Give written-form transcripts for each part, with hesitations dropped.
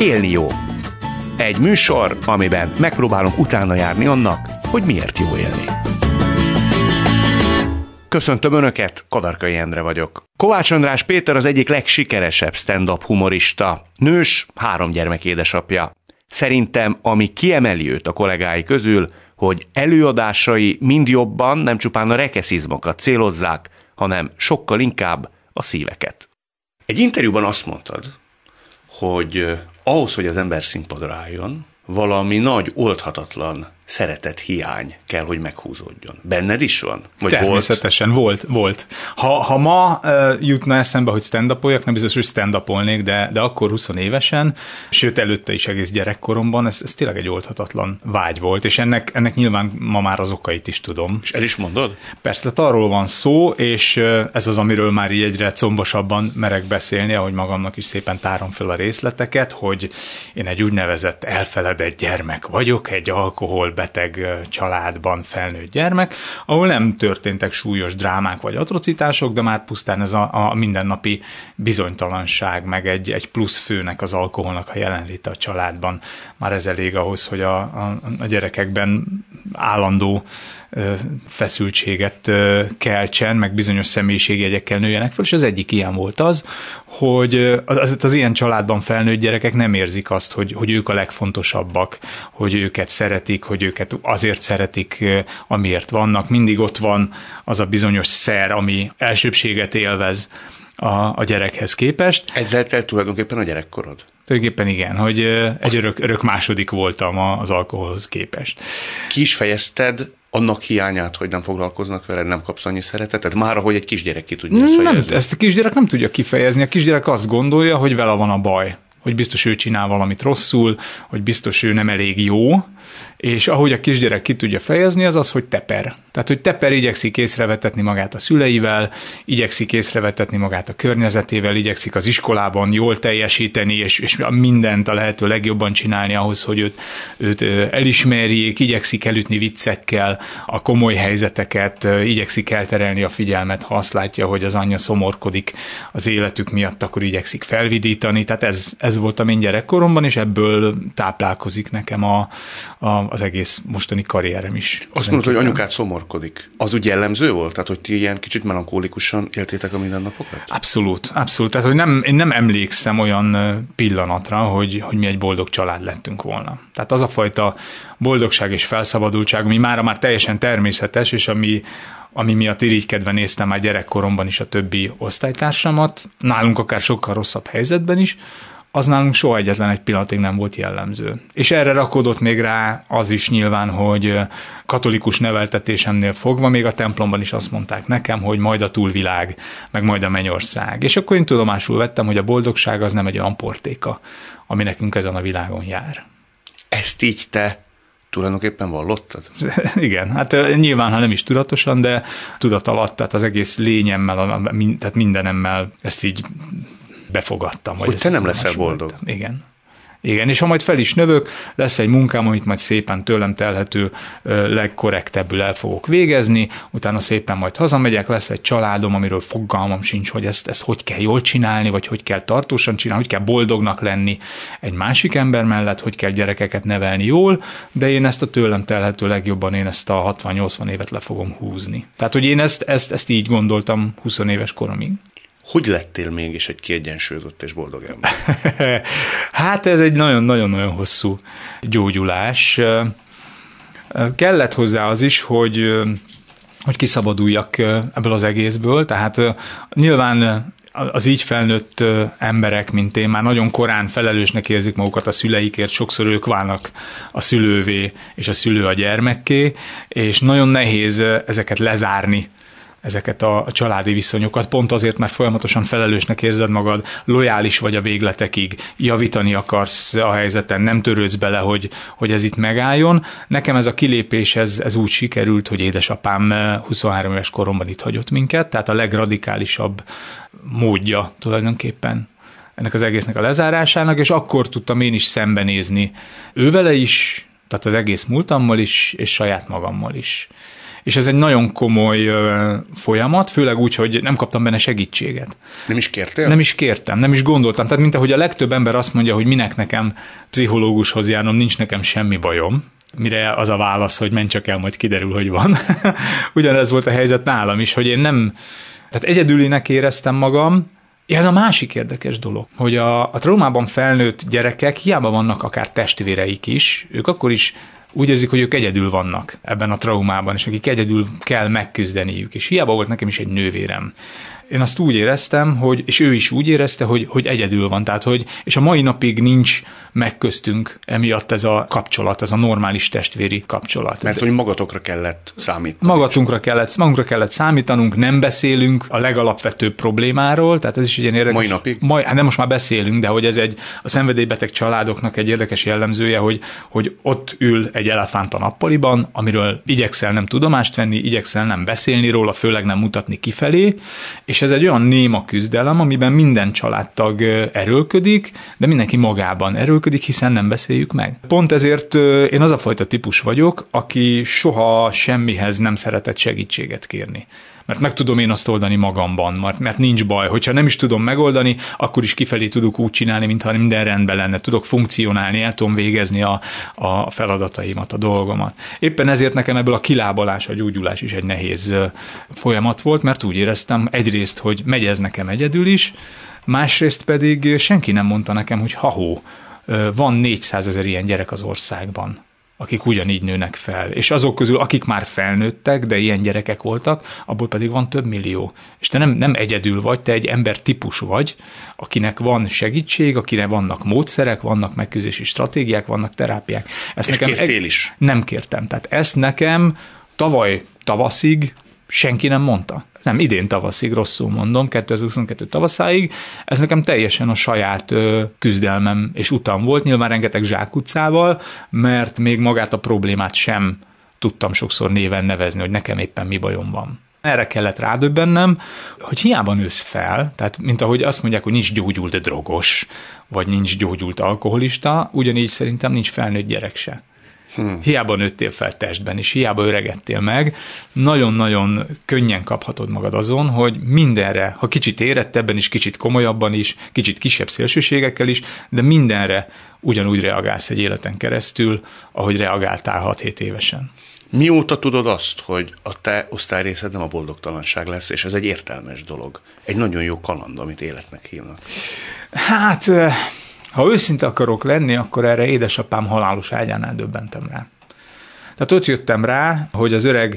Élni jó. Egy műsor, amiben megpróbálunk utána járni annak, hogy miért jó élni. Köszöntöm Önöket, Kadarkai Endre vagyok. Kovács András Péter az egyik legsikeresebb stand-up humorista. Nős, 3 gyermek édesapja. Szerintem, ami kiemeli őt a kollégái közül, hogy előadásai mind jobban nem csupán a rekeszizmokat célozzák, hanem sokkal inkább a szíveket. Egy interjúban azt mondtad, hogy ahhoz, hogy az ember színpadra álljon, valami nagy, oldhatatlan szeretethiány kell, hogy meghúzódjon. Benned is van? Vagy természetesen volt. Ha ma jutna eszembe, hogy stand-upoljak, nem biztos, hogy stand-upolnék, de akkor 20 évesen, sőt előtte is egész gyerekkoromban, ez tényleg egy oldhatatlan vágy volt, és ennek nyilván ma már az okait is tudom. És el is mondod? Persze, tehát arról van szó, és ez az, amiről már így egyre combosabban merek beszélni, ahogy magamnak is szépen tárom fel a részleteket, hogy én egy úgynevezett elfeledett gyermek vagyok, egy alkoholbeteg családban felnőtt gyermek, ahol nem történtek súlyos drámák vagy atrocitások, de már pusztán ez a mindennapi bizonytalanság, meg egy plusz főnek, az alkoholnak a jelenléte a családban. Már ez elég ahhoz, hogy a gyerekekben állandó feszültséget keltsen, meg bizonyos személyiségjegyekkel nőjenek fel, és az egyik ilyen volt az, hogy az ilyen családban felnőtt gyerekek nem érzik azt, hogy ők a legfontosabbak, hogy őket szeretik, hogy őket azért szeretik, amiért vannak. Mindig ott van az a bizonyos szer, ami elsőbbséget élvez a gyerekhez képest. Ezzel telt tulajdonképpen a gyerekkorod? Tulajdonképpen igen, hogy egy örök második voltam az alkoholhoz képest. Ki is fejezted annak hiányát, hogy nem foglalkoznak veled, nem kapsz annyi szeretetet? Már ahogy egy kisgyerek ki tudja ezt fejezni. Nem, ezt a kisgyerek nem tudja kifejezni. A kisgyerek azt gondolja, hogy vele van a baj, hogy biztos ő csinál valamit rosszul, hogy biztos ő nem elég jó, és ahogy a kisgyerek ki tudja fejezni, az az, hogy teper. Tehát, hogy teper, igyekszik észrevetetni magát a szüleivel, igyekszik észrevetetni magát a környezetével, igyekszik az iskolában jól teljesíteni, és mindent a lehető legjobban csinálni ahhoz, hogy őt elismerjék, igyekszik elütni viccekkel a komoly helyzeteket, igyekszik elterelni a figyelmet, ha azt látja, hogy az anyja szomorkodik az életük miatt, akkor igyekszik felvidítani. Tehát ez voltam én gyerekkoromban, és ebből táplálkozik nekem az egész mostani karrierem is. Azt mondod, hogy anyukád szomorkodik. Az úgy jellemző volt? Tehát, hogy ti ilyen kicsit melankólikusan éltétek a mindennapokat? Abszolút. Tehát, hogy én nem emlékszem olyan pillanatra, hogy mi egy boldog család lettünk volna. Tehát az a fajta boldogság és felszabadultság, ami már teljesen természetes, és ami miatt irigykedve néztem már gyerekkoromban is a többi osztálytársamat, nálunk akár sokkal rosszabb helyzetben is, az nálunk soha egyetlen egy pillanatig nem volt jellemző. És erre rakódott még rá az is nyilván, hogy katolikus neveltetésemnél fogva még a templomban is azt mondták nekem, hogy majd a túlvilág, meg majd a mennyország. És akkor én tudomásul vettem, hogy a boldogság az nem egy olyan portéka, ami nekünk ezen a világon jár. Ezt így te tulajdonképpen vallottad? Igen, hát nyilván, ha nem is tudatosan, de tudat alatt, tehát az egész lényemmel, tehát mindenemmel ezt így befogadtam. Hogy te nem leszel boldog. Igen, és ha majd fel is növök, lesz egy munkám, amit majd szépen tőlem telhető legkorrektebbül el fogok végezni, utána szépen majd hazamegyek, lesz egy családom, amiről fogalmam sincs, hogy ezt hogy kell jól csinálni, vagy hogy kell tartósan csinálni, hogy kell boldognak lenni egy másik ember mellett, hogy kell gyerekeket nevelni jól, de én ezt a tőlem telhető legjobban, én ezt a 60-80 évet le fogom húzni. Tehát, hogy én ezt így gondoltam 20 éves koromig. Hogy lettél mégis egy kiegyensúlyozott és boldog ember? Hát ez egy nagyon-nagyon hosszú gyógyulás. Kellett hozzá az is, hogy kiszabaduljak ebből az egészből, tehát nyilván az így felnőtt emberek, mint én, már nagyon korán felelősnek érzik magukat a szüleikért, sokszor ők válnak a szülővé, és a szülő a gyermekké, és nagyon nehéz ezeket lezárni, ezeket a családi viszonyokat, pont azért, mert folyamatosan felelősnek érzed magad, lojális vagy a végletekig, javítani akarsz a helyzeten, nem törődsz bele, hogy ez itt megálljon. Nekem ez a kilépés, ez úgy sikerült, hogy édesapám 23 éves koromban itt hagyott minket, tehát a legradikálisabb módja tulajdonképpen ennek az egésznek a lezárásának, és akkor tudtam én is szembenézni ővele is, tehát az egész múltammal is, és saját magammal is. És ez egy nagyon komoly folyamat, főleg úgy, hogy nem kaptam benne segítséget. Nem is kértél? Nem is kértem, nem is gondoltam. Tehát mint ahogy a legtöbb ember azt mondja, hogy minek nekem pszichológushoz járnom, nincs nekem semmi bajom. Mire az a válasz, hogy menj csak el, majd kiderül, hogy van. Ugyanez volt a helyzet nálam is, hogy én nem, tehát egyedülinek éreztem magam. Ez a másik érdekes dolog, hogy a traumában felnőtt gyerekek hiába vannak akár testvéreik is, ők akkor is úgy érzik, hogy ők egyedül vannak ebben a traumában, és akik egyedül kell megküzdeniük. És hiába volt nekem is egy nővérem. Én azt úgy éreztem, és ő is úgy érezte, hogy egyedül van. Tehát, és a mai napig nincs meg köztünk emiatt ez a kapcsolat, ez a normális testvéri kapcsolat. Mert hogy magatokra kellett számítani. Magunkra kellett számítanunk, nem beszélünk a legalapvetőbb problémáról, tehát ez is egy ilyen érdekes. Mai napig? Nem, most már beszélünk, de hogy ez a szenvedélybeteg családoknak egy érdekes jellemzője, hogy ott ül egy elefánt a nappaliban, amiről igyekszel nem tudomást venni, igyekszel nem beszélni róla, főleg nem mutatni kifelé, és ez egy olyan néma küzdelem, amiben minden családtag erőlködik, de mindenki magában erőlködik, hiszen nem beszéljük meg. Pont ezért én az a fajta típus vagyok, aki soha semmihez nem szeretett segítséget kérni. Mert meg tudom én azt oldani magamban, mert nincs baj. Hogyha nem is tudom megoldani, akkor is kifelé tudok úgy csinálni, mintha minden rendben lenne. Tudok funkcionálni, el tudom végezni a feladataimat, a dolgomat. Éppen ezért nekem ebből a kilábalás, a gyógyulás is egy nehéz folyamat volt, mert úgy éreztem egyrészt, hogy megy ez nekem egyedül is, másrészt pedig senki nem mondta nekem, hogy van 400 000 ilyen gyerek az országban, akik ugyanígy nőnek fel. És azok közül, akik már felnőttek, de ilyen gyerekek voltak, abból pedig van több millió. És te nem egyedül vagy, te egy embertípus vagy, akinek van segítség, akire vannak módszerek, vannak megküzdési stratégiák, vannak terápiák. Ezt és nekem kértél is? Nem kértem. Tehát ezt nekem tavaly tavaszig senki nem mondta. Nem, idén tavaszig, rosszul mondom, 2022 tavaszáig, ez nekem teljesen a saját küzdelmem és utam volt, nyilván rengeteg zsákutcával, mert még magát a problémát sem tudtam sokszor néven nevezni, hogy nekem éppen mi bajom van. Erre kellett rádöbbennem, hogy hiába nősz fel, tehát mint ahogy azt mondják, hogy nincs gyógyult drogos, vagy nincs gyógyult alkoholista, ugyanígy szerintem nincs felnőtt gyerek se. Hiába nőttél fel testben, és hiába öregedtél meg, nagyon-nagyon könnyen kaphatod magad azon, hogy mindenre, ha kicsit érettebben is, kicsit komolyabban is, kicsit kisebb szélsőségekkel is, de mindenre ugyanúgy reagálsz egy életen keresztül, ahogy reagáltál 6-7 évesen. Mióta tudod azt, hogy a te osztályrészed nem a boldogtalanság lesz, és ez egy értelmes dolog? Egy nagyon jó kaland, amit életnek hívnak. Hát... Ha őszinte akarok lenni, akkor erre édesapám halálos ágyánál döbbentem rá. Tehát ott jöttem rá, hogy az öreg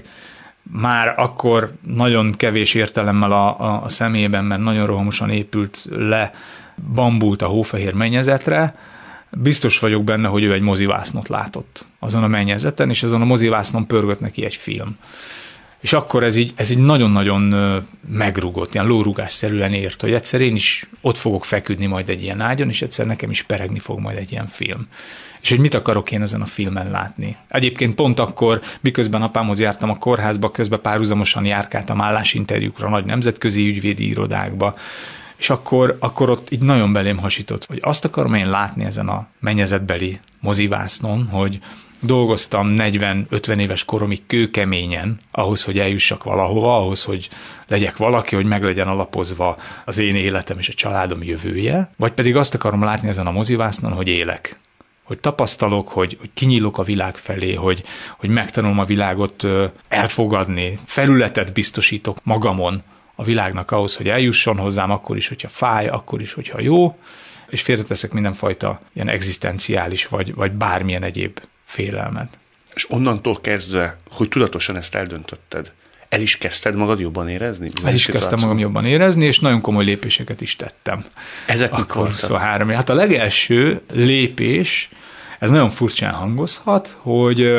már akkor nagyon kevés értelemmel a szemében, mert nagyon rohamosan épült le, bambult a hófehér mennyezetre. Biztos vagyok benne, hogy ő egy mozivásznot látott azon a mennyezeten, és azon a mozivásznon pörgött neki egy film. És akkor ez így nagyon-nagyon megrugott, ilyen lórugásszerűen ért, hogy egyszer én is ott fogok feküdni majd egy ilyen ágyon, és egyszer nekem is peregni fog majd egy ilyen film. És hogy mit akarok én ezen a filmen látni. Egyébként pont akkor, miközben apámhoz jártam a kórházba, közben párhuzamosan járkáltam állásinterjúkra, nagy nemzetközi ügyvédi irodákba, és akkor ott így nagyon belém hasított, hogy azt akarom én látni ezen a mennyezetbeli mozivásznon, hogy dolgoztam 40-50 éves koromig kőkeményen, ahhoz, hogy eljussak valahova, ahhoz, hogy legyek valaki, hogy meg legyen alapozva az én életem és a családom jövője, vagy pedig azt akarom látni ezen a mozivásznon, hogy élek. Hogy tapasztalok, hogy kinyílok a világ felé, hogy megtanulom a világot elfogadni, felületet biztosítok magamon a világnak ahhoz, hogy eljusson hozzám, akkor is, hogyha fáj, akkor is, hogyha jó, és félreteszek mindenfajta ilyen egzisztenciális, vagy bármilyen egyéb félelmet. És onnantól kezdve, hogy tudatosan ezt eldöntötted, el is kezdted magad jobban érezni? El is kezdtem magam jobban érezni, és nagyon komoly lépéseket is tettem. Ezek akkor 23. Hát a legelső lépés, ez nagyon furcsán hangozhat, hogy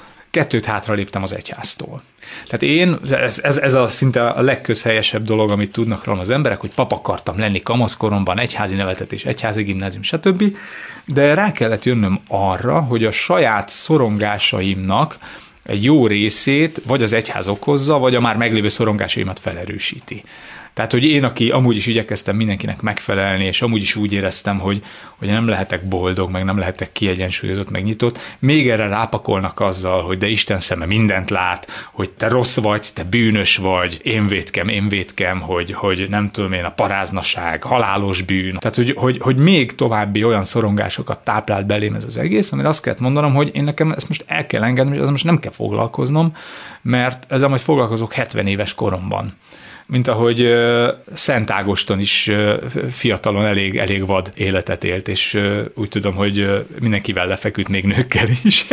2 hátra léptem az egyháztól. Tehát ez a szinte a legközhelyesebb dolog, amit tudnak rólam az emberek, hogy pap akartam lenni kamaszkoromban, egyházi neveltetés, egyházi gimnázium, stb. De rá kellett jönnöm arra, hogy a saját szorongásaimnak egy jó részét vagy az egyház okozza, vagy a már meglévő szorongásaimat felerősíti. Tehát, hogy én, aki amúgy is igyekeztem mindenkinek megfelelni, és amúgy is úgy éreztem, hogy nem lehetek boldog, meg nem lehetek kiegyensúlyozott, meg nyitott, még erre rápakolnak azzal, hogy de Isten szeme mindent lát, hogy te rossz vagy, te bűnös vagy, én vétkem, hogy nem tudom én, a paráznaság, halálos bűn. Tehát, hogy még további olyan szorongásokat táplált belém ez az egész, amire azt kellett mondanom, hogy én nekem ezt most el kell engedni, és ezzel most nem kell foglalkoznom, mert ezzel majd foglalkozok 70 éves koromban. Mint ahogy Szent Ágoston is fiatalon elég vad életet élt, és úgy tudom, hogy mindenkivel lefeküdt, még nőkkel is.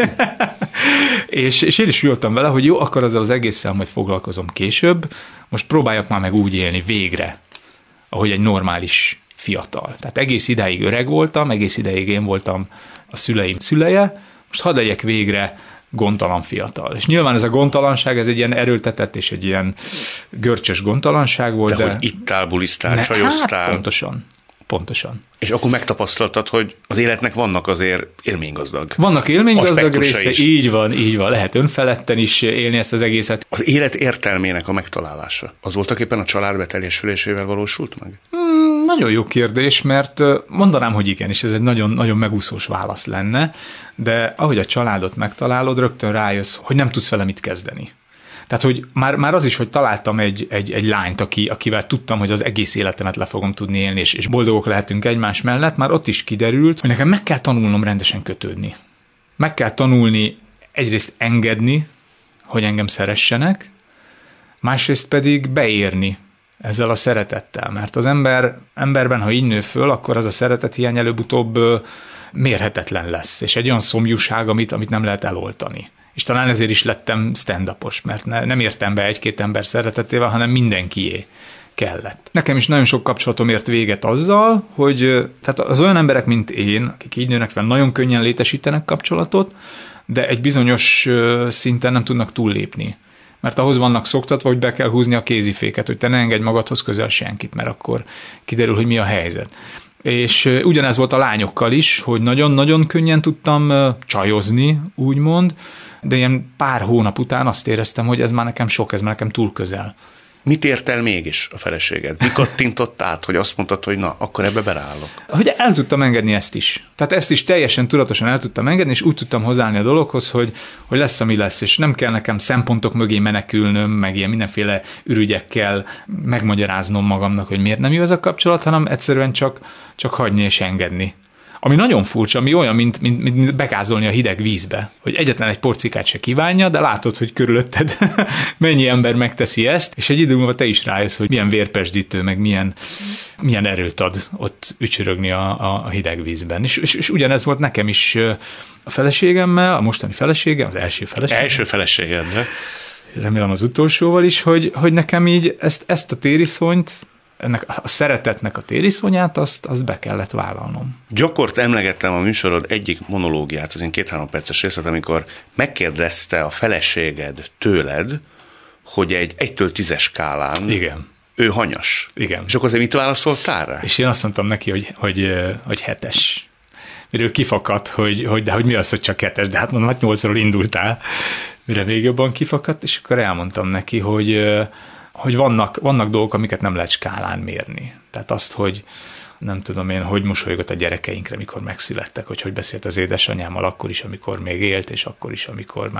és én is úgy voltam vele, hogy jó, akkor azzal az egésszel majd foglalkozom később, most próbáljak már meg úgy élni végre, ahogy egy normális fiatal. Tehát egész idáig öreg voltam, egész idáig én voltam a szüleim szüleje, most hadd legyek végre gondtalan fiatal. És nyilván ez a gondtalanság, ez egy ilyen erőltetett és egy ilyen görcsös gondtalanság volt. De hogy ittál, bulisztál, csajoztál. Hát pontosan. És akkor megtapasztaltad, hogy az életnek vannak azért élménygazdag. Vannak élménygazdag része, így van. Lehet önfeledten is élni ezt az egészet. Az élet értelmének a megtalálása, az voltak éppen a család beteljesülésével valósult meg? Nagyon jó kérdés, mert mondanám, hogy igen, és ez egy nagyon, nagyon megúszós válasz lenne, de ahogy a családot megtalálod, rögtön rájössz, hogy nem tudsz vele mit kezdeni. Tehát, hogy már az is, hogy találtam egy lányt, akivel tudtam, hogy az egész életemet le fogom tudni élni, és boldogok lehetünk egymás mellett, már ott is kiderült, hogy nekem meg kell tanulnom rendesen kötődni. Meg kell tanulni egyrészt engedni, hogy engem szeressenek, másrészt pedig beérni ezzel a szeretettel, mert az emberben, ha így nő föl, akkor az a szeretethiány előbb-utóbb mérhetetlen lesz, és egy olyan szomjúság, amit nem lehet eloltani. És talán ezért is lettem stand-upos, mert nem értem be egy-két ember szeretetével, hanem mindenkié kellett. Nekem is nagyon sok kapcsolatom ért véget azzal, hogy tehát az olyan emberek, mint én, akik így nőnek fel, nagyon könnyen létesítenek kapcsolatot, de egy bizonyos szinten nem tudnak túllépni. Mert ahhoz vannak szoktatva, hogy be kell húzni a kéziféket, hogy te ne engedj magadhoz közel senkit, mert akkor kiderül, hogy mi a helyzet. És ugyanez volt a lányokkal is, hogy nagyon-nagyon könnyen tudtam csajozni, úgymond, de ilyen pár hónap után azt éreztem, hogy ez már nekem sok, ez már nekem túl közel. Mit ért el mégis a feleséged? Mi kattintott át, hogy azt mondtad, hogy na, akkor ebbe berállok? Hogy el tudtam engedni ezt is. Tehát ezt is teljesen tudatosan el tudtam engedni, és úgy tudtam hozzáállni a dologhoz, hogy lesz, ami lesz, és nem kell nekem szempontok mögé menekülnöm, meg ilyen mindenféle ürügyekkel megmagyaráznom magamnak, hogy miért nem jó ez a kapcsolat, hanem egyszerűen csak hagyni és engedni. Ami nagyon furcsa, ami olyan, mint begázolni a hideg vízbe, hogy egyetlen egy porcikát se kívánja, de látod, hogy körülötted mennyi ember megteszi ezt, és egy idő múlva te is rájössz, hogy milyen vérpesdítő, meg milyen erőt ad ott ücsörögni a hideg vízben. És ugyanez volt nekem is a feleségemmel, a mostani feleségem, az első feleségem. Első feleségedre. Remélem az utolsóval is, hogy nekem így ezt a tériszonyt, ennek a szeretetnek a tériszonyát, azt be kellett vállalnom. Gyakort emlegettem a műsorod egyik monológiát, az én 2-3 perces részlet, amikor megkérdezte a feleséged tőled, hogy egy 1-től 10-es skálán igen. Ő hanyas. Igen. És akkor te mit válaszoltál rá? És én azt mondtam neki, hogy 7-es. Miről kifakadt, de hogy mi az, hogy csak 7-es, de hát mondom, 8-ról indultál, mire még jobban kifakadt, és akkor elmondtam neki, hogy vannak dolgok, amiket nem lehet skálán mérni. Tehát azt, hogy nem tudom én, hogy mosolygott a gyerekeinkre, mikor megszülettek, hogy beszélt az édesanyámmal akkor is, amikor még élt, és akkor is,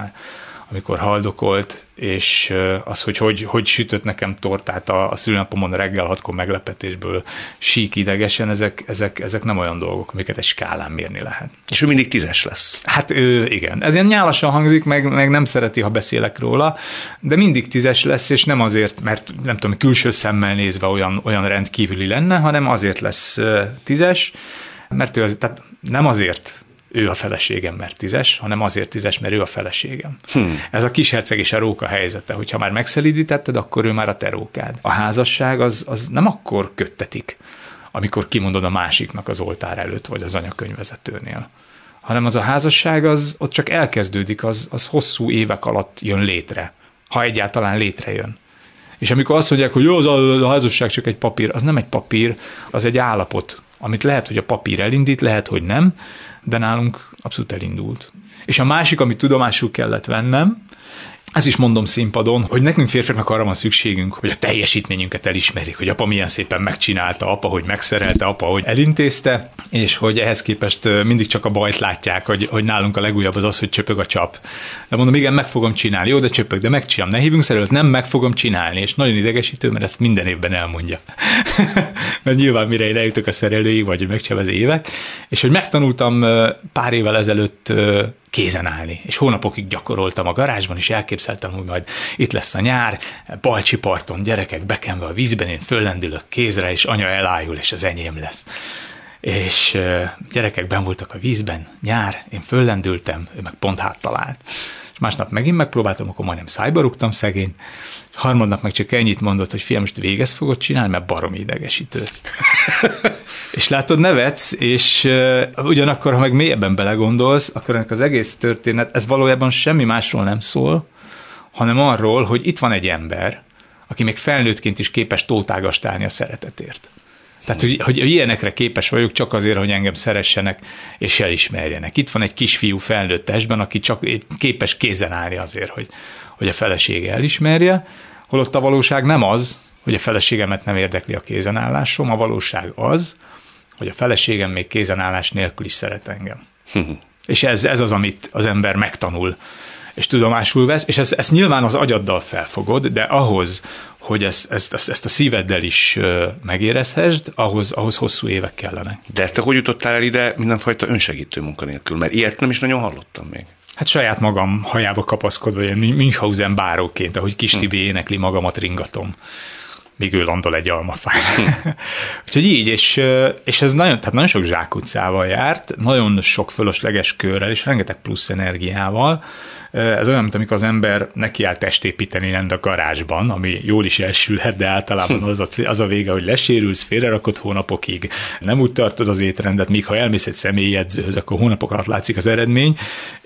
amikor haldokolt, és az, hogy sütött nekem tortát a szülinapomon reggel 6-kor meglepetésből sík idegesen, ezek nem olyan dolgok, amiket egy skálán mérni lehet. És ő mindig 10-es lesz. Hát igen. Ez ilyen nyálasan hangzik, meg nem szereti, ha beszélek róla, de mindig 10-es lesz, és nem azért, mert nem tudom, külső szemmel nézve olyan rendkívüli lenne, hanem azért lesz 10-es, mert tehát nem azért ő a feleségem, mert 10-es, hanem azért 10-es, mert ő a feleségem. Ez a kisherceg és a róka helyzete, hogyha már megszelídítetted, akkor ő már a te rókád. A házasság az nem akkor köttetik, amikor kimondod a másiknak az oltár előtt, vagy az anyakönyvvezetőnél, hanem az a házasság ott csak elkezdődik, az hosszú évek alatt jön létre, ha egyáltalán létrejön. És amikor azt mondják, hogy jó, a házasság csak egy papír, az nem egy papír, az egy állapot, amit lehet, hogy a papír elindít, lehet, hogy nem, de nálunk abszolút elindult. És a másik, amit tudomásul kellett vennem, ezt is mondom színpadon, hogy nekünk férfiaknak arra van szükségünk, hogy a teljesítményünket elismerjék, hogy apa milyen szépen megcsinálta, apa, hogy megszerelte, apa, hogy elintézte, és hogy ehhez képest mindig csak a bajt látják, hogy nálunk a legújabb az, hogy csöpög a csap. De mondom, igen, meg fogom csinálni, jó, de csöpög, de megcsinálom. Ne hívjunk szerelőt, nem meg fogom csinálni, és nagyon idegesítő, mert ezt minden évben elmondja. Mert nyilván mire leütök a szerelőig, vagy hogy megcsinálom az évek, és hogy megtanultam pár évvel ezelőtt kézen állni, és hónapokig gyakoroltam a garázsban, és elképzeltem, hogy majd itt lesz a nyár, Balcsi parton, gyerekek bekenve a vízben, én föllendülök kézre, és anya elájul, és az enyém lesz. És gyerekek benn voltak a vízben, nyár, én föllendültem, ő meg pont háttalált. És másnap megint megpróbáltam, akkor majdnem szájba rúgtam szegény, harmadnap meg csak ennyit mondott, hogy fiam, most végig ezt fogod csinálni, mert baromi idegesítő. És látod, nevetsz, és ugyanakkor, ha meg mélyebben belegondolsz, akkor ennek az egész történet, ez valójában semmi másról nem szól, hanem arról, hogy itt van egy ember, aki még felnőttként is képes tótágastálni a szeretetért. Tehát, hogy ilyenekre képes vagyok csak azért, hogy engem szeressenek és elismerjenek. Itt van egy kisfiú felnőtt testben, aki csak képes kézen állni azért, hogy a felesége elismerje, holott a valóság nem az, hogy a feleségemet nem érdekli a kézenállásom, a valóság az, hogy a feleségem még kézenállás nélkül is szeret engem. És ez az, amit az ember megtanul, és tudomásul vesz, és ezt nyilván az agyaddal felfogod, de ahhoz, hogy ezt a szíveddel is megérezhessd, ahhoz hosszú évek kellenek. De te hogy jutottál el ide mindenfajta önsegítő munkanélkül? Mert ilyet nem is nagyon hallottam még. Hát saját magam hajába kapaszkodva, ilyen Münchhausen báróként, ahogy Kis Tibi énekli, magamat ringatom, míg ő landol egy almafán. Úgyhogy így, és ez nagyon sok zsákutcával járt, nagyon sok fölösleges körrel, és rengeteg plusz energiával. Ez olyan, mint amikor az ember nekiáll testépíteni lent a garázsban, ami jól is elsülhet, de általában az a vége, hogy lesérülsz, félrerakod hónapokig, nem úgy tartod az étrendet, míg ha elmész egy személyi edzőhöz, akkor hónapok alatt látszik az eredmény,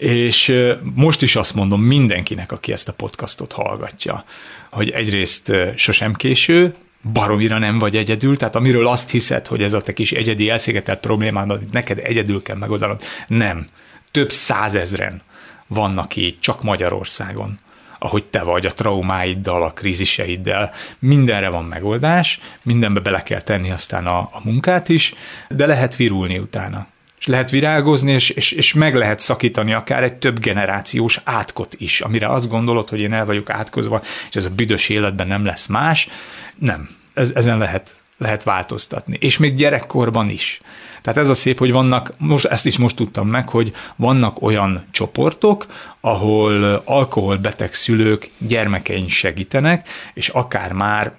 és most is azt mondom mindenkinek, aki ezt a podcastot hallgatja, hogy egyrészt sosem késő, baromira nem vagy egyedül, tehát amiről azt hiszed, hogy ez a te kis egyedi elszigetelt problémád, amit neked egyedül kell megoldanod, nem. Több százezren vannak így, csak Magyarországon, ahogy te vagy, a traumáiddal, a kríziseiddel, mindenre van megoldás, mindenbe bele kell tenni aztán a munkát is, de lehet virulni utána. És lehet virágozni, és meg lehet szakítani akár egy több generációs átkot is, amire azt gondolod, hogy én el vagyok átkozva, és ez a büdös életben nem lesz más. Nem, ezen lehet változtatni. És még gyerekkorban is. Tehát ez a szép, hogy vannak, ezt is most tudtam meg, hogy vannak olyan csoportok, ahol alkoholbeteg szülők gyermekein segítenek, és akár már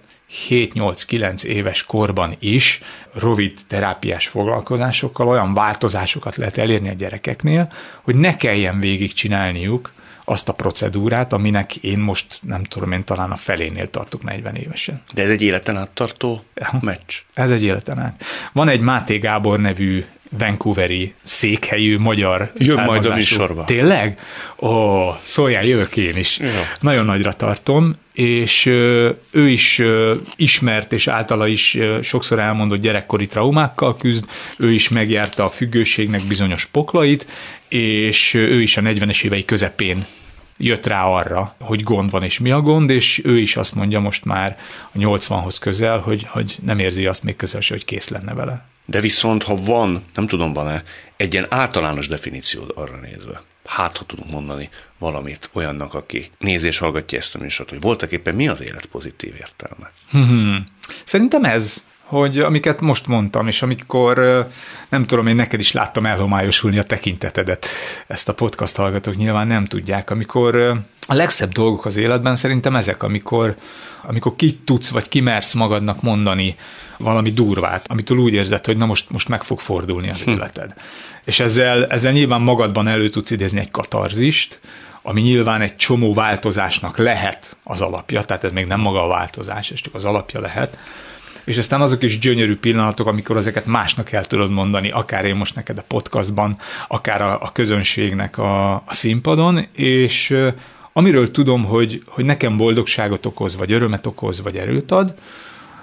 7-8-9 éves korban is rövid terápiás foglalkozásokkal olyan változásokat lehet elérni a gyerekeknél, hogy ne kelljen végigcsinálniuk azt a procedúrát, aminek én most, nem tudom, én talán a felénél tartok 40 évesen. De ez egy életen át tartó meccs? Ez egy életen át. Van egy Máté Gábor nevű vancouveri székhelyű magyar jön majd a műsorba. Tényleg? Szóljál, jövök én is. Ja. Nagyon nagyra tartom, és ő is ismert, és általa is sokszor elmondott gyerekkori traumákkal küzd, ő is megjárta a függőségnek bizonyos poklait, és ő is a 40-es évei közepén jött rá arra, hogy gond van, és mi a gond, és ő is azt mondja most már a 80-hoz közel, hogy nem érzi azt még közel se, hogy kész lenne vele. De viszont, ha van, nem tudom, van-e, egy ilyen általános definíciód arra nézve, hát ha tudunk mondani valamit olyannak, aki nézi és hallgatja ezt a műsort, hogy voltak éppen mi az élet pozitív értelme? Szerintem ez, hogy amiket most mondtam, és amikor, nem tudom, én neked is láttam elhomályosulni a tekintetedet, ezt a podcast hallgatók nyilván nem tudják, amikor a legszebb dolgok az életben szerintem ezek, amikor ki tudsz, vagy kimersz magadnak mondani valami durvát, amitől úgy érzed, hogy na most meg fog fordulni az életed. És ezzel nyilván magadban elő tudsz idézni egy katarzist, ami nyilván egy csomó változásnak lehet az alapja, tehát ez még nem maga a változás, ez csak az alapja lehet. És aztán azok is gyönyörű pillanatok, amikor ezeket másnak el tudod mondani, akár én most neked a podcastban, akár a közönségnek a színpadon, és amiről tudom, hogy nekem boldogságot okoz, vagy örömet okoz, vagy erőt ad,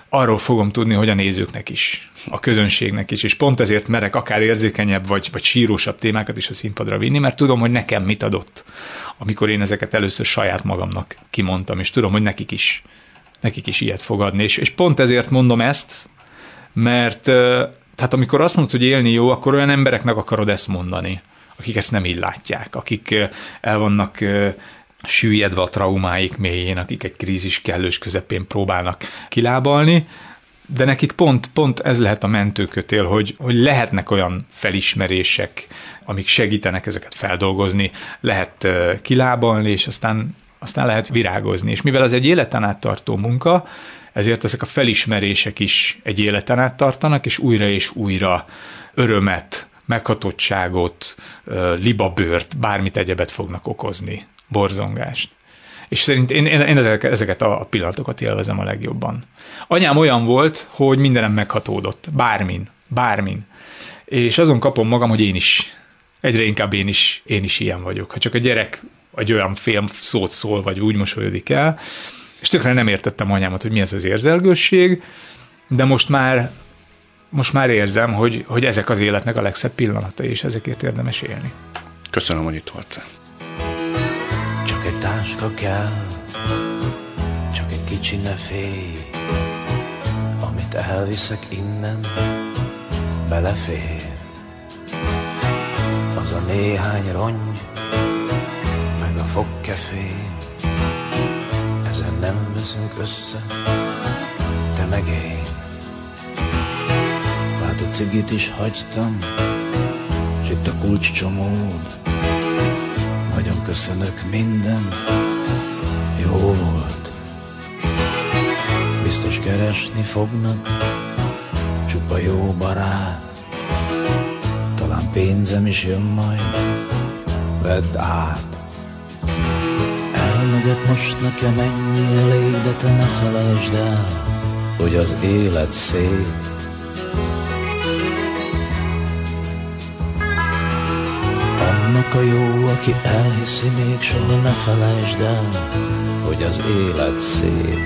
arról fogom tudni, hogy a nézőknek is, a közönségnek is, és pont ezért merek akár érzékenyebb vagy sírósabb témákat is a színpadra vinni, mert tudom, hogy nekem mit adott, amikor én ezeket először saját magamnak kimondtam, és tudom, hogy nekik is ilyet fog adni. És pont ezért mondom ezt, mert tehát amikor azt mondod, hogy élni jó, akkor olyan embereknek akarod ezt mondani, akik ezt nem így látják, akik el vannak süllyedve a traumáik mélyén, akik egy krízis kellős közepén próbálnak kilábalni, de nekik pont ez lehet a mentőkötél, hogy lehetnek olyan felismerések, amik segítenek ezeket feldolgozni, lehet kilábalni, és aztán lehet virágozni. És mivel ez egy életen át tartó munka, ezért ezek a felismerések is egy életen át tartanak, és újra örömet, meghatottságot, libabőrt, bármit egyebet fognak okozni, borzongást. És szerintem én ezeket a pillanatokat élvezem a legjobban. Anyám olyan volt, hogy mindenem meghatódott, bármin. És azon kapom magam, hogy egyre inkább én is ilyen vagyok. Ha csak a gyerek egy olyan fél szót szól, vagy úgy mosolyodik el, és tökre nem értettem anyámat, hogy mi ez az érzelgősség, de most már érzem, hogy ezek az életnek a legszebb pillanatai, és ezekért érdemes élni. Köszönöm, hogy itt voltál. Csak egy táska kell, csak egy kicsi ne félj, amit elviszek innen, belefér. Az a néhány rongy, meg a fogkefé, ezen nem veszünk össze, te meg én. Hát a cigit is hagytam, s itt a kulcscsomód. Nagyon köszönök mindent, jó volt. Biztos keresni fognak, csupa jó barát. Talán pénzem is jön majd, vedd át. Elmegyek most, nekem ennyi elég, de te ne felejtsd el, hogy az élet szép. Annak a jó, aki elhiszi, még soha ne felejtsd el, hogy az élet szép.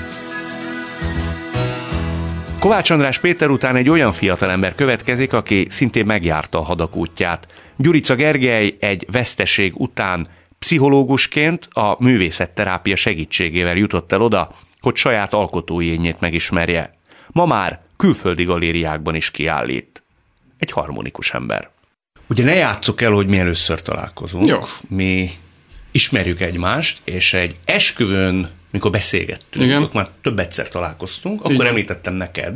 Kovács András Péter után egy olyan fiatalember következik, aki szintén megjárta a hadak útját. Gyurica Gergely egy veszteség után pszichológusként a művészetterápia segítségével jutott el oda, hogy saját alkotói énjét megismerje. Ma már külföldi galériákban is kiállít. Egy harmonikus ember. Ugye ne játsszuk el, hogy mi először találkozunk. Jó. Mi ismerjük egymást, és egy esküvőn, mikor beszélgettünk, igen, már több egyszer találkoztunk, akkor igen, említettem neked,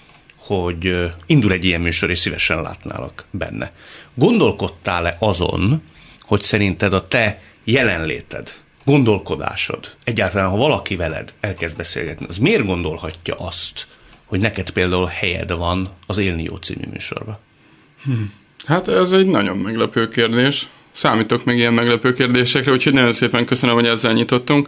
hogy indul egy ilyen műsor, és szívesen látnálak benne. Gondolkodtál-e azon, hogy szerinted a te jelenléted, gondolkodásod, egyáltalán ha valaki veled elkezd beszélgetni, az miért gondolhatja azt, hogy neked például helyed van az Élni jó című műsorban? Hát ez egy nagyon meglepő kérdés. Számítok meg ilyen meglepő kérdésekre, úgyhogy nagyon szépen köszönöm, hogy ezzel nyitottunk.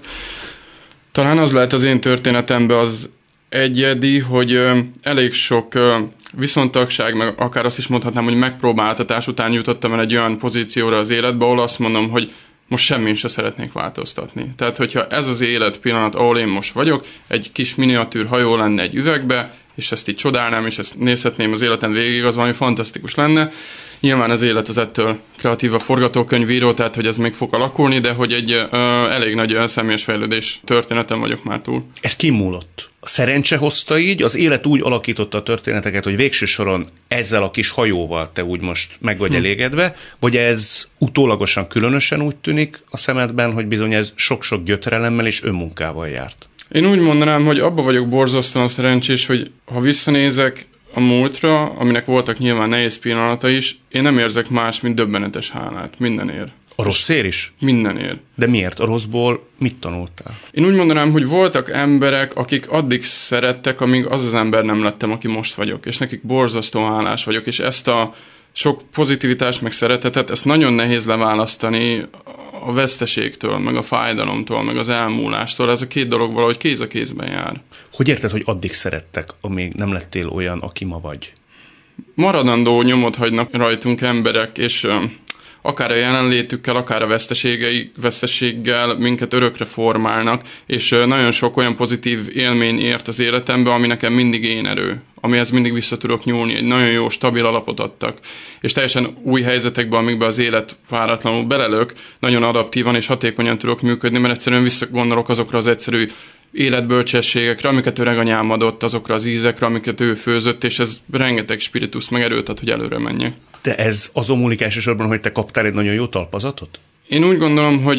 Talán az lehet az én történetemben az egyedi, hogy elég sok viszontagság, meg akár azt is mondhatnám, hogy megpróbáltatás után jutottam el egy olyan pozícióra az életbe, ahol azt mondom, hogy most semmin se szeretnék változtatni. Tehát, hogyha ez az élet pillanat, ahol én most vagyok, egy kis miniatűr hajó lenne egy üvegbe, és ezt így csodálnám, és ezt nézhetném az életen végig, az valami fantasztikus lenne. Nyilván az élet az ettől kreatív a forgatókönyvíró, tehát hogy ez még fog alakulni, de hogy egy elég nagy személyes fejlődés történetem vagyok már túl. Ez kimúlott. A szerencse hozta így, az élet úgy alakította a történeteket, hogy végső soron ezzel a kis hajóval te úgy most meg vagy elégedve, vagy ez utólagosan különösen úgy tűnik a szemedben, hogy bizony ez sok-sok gyötrelemmel és önmunkával járt? Én úgy mondanám, hogy abba vagyok borzasztóan szerencsés, hogy ha visszanézek a múltra, aminek voltak nyilván nehéz pillanata is, én nem érzek más, mint döbbenetes hálát. Mindenért. A rosszért is? Mindenért. De miért? A rosszból mit tanultál? Én úgy mondanám, hogy voltak emberek, akik addig szerettek, amíg az ember nem lettem, aki most vagyok, és nekik borzasztóan hálás vagyok, és ezt a sok pozitivitást, meg szeretetet, ezt nagyon nehéz leválasztani a veszteségtől, meg a fájdalomtól, meg az elmúlástól. Ez a két dolog valahogy kéz a kézben jár. Hogy érted, hogy addig szerettek, amíg nem lettél olyan, aki ma vagy? Maradandó nyomot hagynak rajtunk emberek, és akár a jelenlétükkel, akár a veszteséggel minket örökre formálnak, és nagyon sok olyan pozitív élmény ért az életembe, ami nekem mindig énerő, amihez mindig vissza tudok nyúlni, egy nagyon jó, stabil alapot adtak. És teljesen új helyzetekben, amikben az élet váratlanul belelök, nagyon adaptívan és hatékonyan tudok működni, mert egyszerűen visszagondolok azokra az egyszerű életbölcsességekre, amiket öreganyám adott, azokra az ízekre, amiket ő főzött, és ez rengeteg spirituszt meg erőt ad, hogy előre menjek. De ez azon múlik elsősorban, hogy te kaptál egy nagyon jó talpazatot? Én úgy gondolom, hogy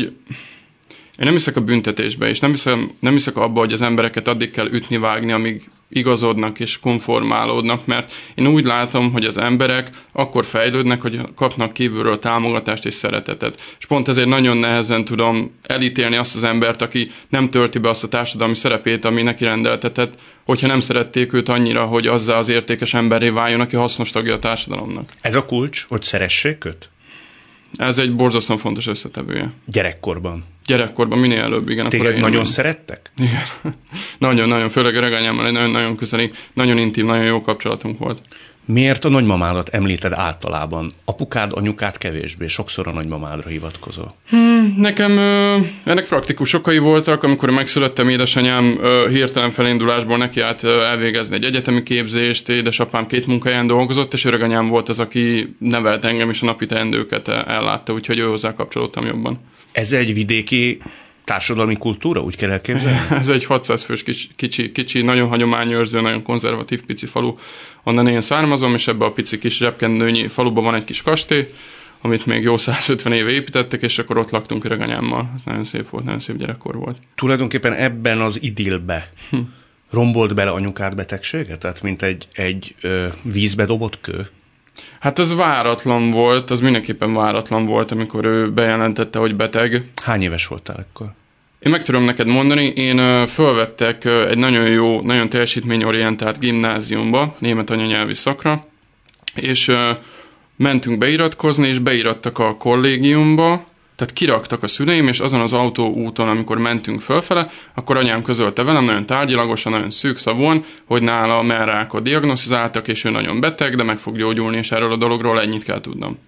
én nem hiszek a büntetésbe, és nem hiszek abba, hogy az embereket addig kell ütni, vágni, amíg igazodnak és konformálódnak, mert én úgy látom, hogy az emberek akkor fejlődnek, hogy kapnak kívülről támogatást és szeretetet. És pont ezért nagyon nehezen tudom elítélni azt az embert, aki nem tölti be azt a társadalmi szerepét, ami neki rendeltetett, hogyha nem szerették őt annyira, hogy azzal az értékes emberré váljon, aki hasznos tagja a társadalomnak. Ez a kulcs, hogy szeressék őt? Ez egy borzasztóan fontos összetevője. Gyerekkorban Minél előbb, igen. Téged nagyon szerettek? Igen. Nagyon-nagyon, főleg öreganyámmal egy nagyon-nagyon közeli, nagyon intim, nagyon jó kapcsolatunk volt. Miért a nagymamádat említed általában? Apukád, anyukád kevésbé, sokszor a nagymamádra hivatkozol. Nekem ennek praktikus okai voltak, amikor megszülettem, édesanyám hirtelen felindulásból nekiállt elvégezni egy egyetemi képzést, édesapám 2 munkahelyen dolgozott, és öreganyám volt az, aki nevelt engem, és a napi teendőket ellátta, úgyhogy ő hozzá kapcsolódtam jobban. Ez egy vidéki társadalmi kultúra, úgy kell elképzelni? Ez egy 600 fős kicsi, nagyon hagyományőrző, nagyon konzervatív pici falu, onnan én származom, és ebbe a pici kis zsebkendőnyi faluban van egy kis kastély, amit még jó 150 éve építettek, és akkor ott laktunk öreganyámmal. Ez nagyon szép volt, nagyon szép gyerekkor volt. Tulajdonképpen ebben az idillbe rombolt bele anyukád betegsége? Tehát mint egy vízbe dobott kő? Hát az váratlan volt, az mindenképpen váratlan volt, amikor ő bejelentette, hogy beteg. Hány éves voltál akkor? Én meg tudom neked mondani, én fölvettek egy nagyon jó, nagyon teljesítményorientált gimnáziumba, német anyanyelvi szakra, és mentünk beiratkozni, és beirattak a kollégiumba, tehát kiraktak a szüleim, és azon az autóúton, amikor mentünk fölfele, akkor anyám közölte velem nagyon tárgyilagosan, nagyon szűkszavúan, hogy nála mellrákot diagnosztizáltak, és ő nagyon beteg, de meg fog gyógyulni, és erről a dologról ennyit kell tudnom.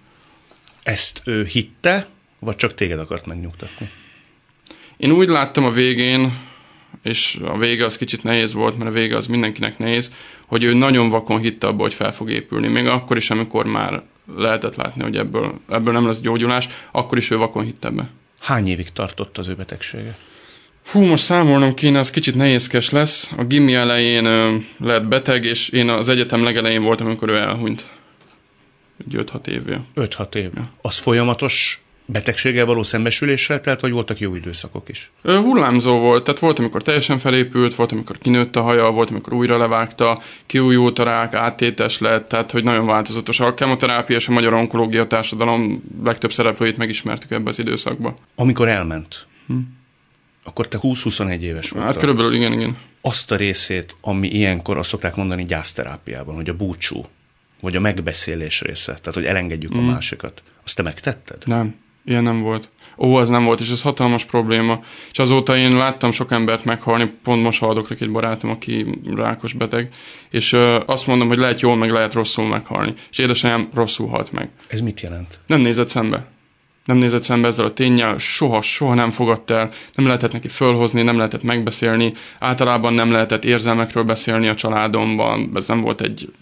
Ezt ő hitte, vagy csak téged akart megnyugtatni? Én úgy láttam a végén, és a vége az kicsit nehéz volt, mert a vége az mindenkinek nehéz, hogy ő nagyon vakon hitte abba, hogy fel fog épülni. Még akkor is, amikor már lehetett látni, hogy ebből nem lesz gyógyulás, akkor is ő vakon hitt ebbe. Hány évig tartott az ő betegsége? Most számolnom kéne, az kicsit nehézkes lesz. A gimi elején lett beteg, és én az egyetem legelején voltam, amikor ő elhunyt. 5-6 évvel. 5-6 év. Ja. Az folyamatos betegséggel való szembesülésre telt, vagy voltak jó időszakok is? Hullámzó volt, tehát volt, amikor teljesen felépült, volt, amikor kinőtt a haja, volt, amikor újra levágta, kiújult a rák, áttétes lett, tehát hogy nagyon változatos. A kemoterápia és a magyar onkológia társadalom legtöbb szereplőit megismertük ebbe az időszakba. Amikor elment, akkor te 20-21 éves voltál. Hát körülbelül igen. Azt a részét, ami ilyenkor azt szokták mondani gyászterápiában, hogy a búcsú, vagy a megbeszélés része, tehát hogy elengedjük a másikat. Azt te megtetted? Nem. Ilyen nem volt. Az nem volt, és ez hatalmas probléma. És azóta én láttam sok embert meghalni, pont most haldoklik egy barátom, aki rákos beteg, és azt mondom, hogy lehet jól, meg lehet rosszul meghalni. És édesanyám rosszul halt meg. Ez mit jelent? Nem nézett szembe. Nem nézett szembe ezzel a ténnyel, soha nem fogadta el, nem lehetett neki fölhozni, nem lehetett megbeszélni, általában nem lehetett érzelmekről beszélni a családomban, ez nem volt egy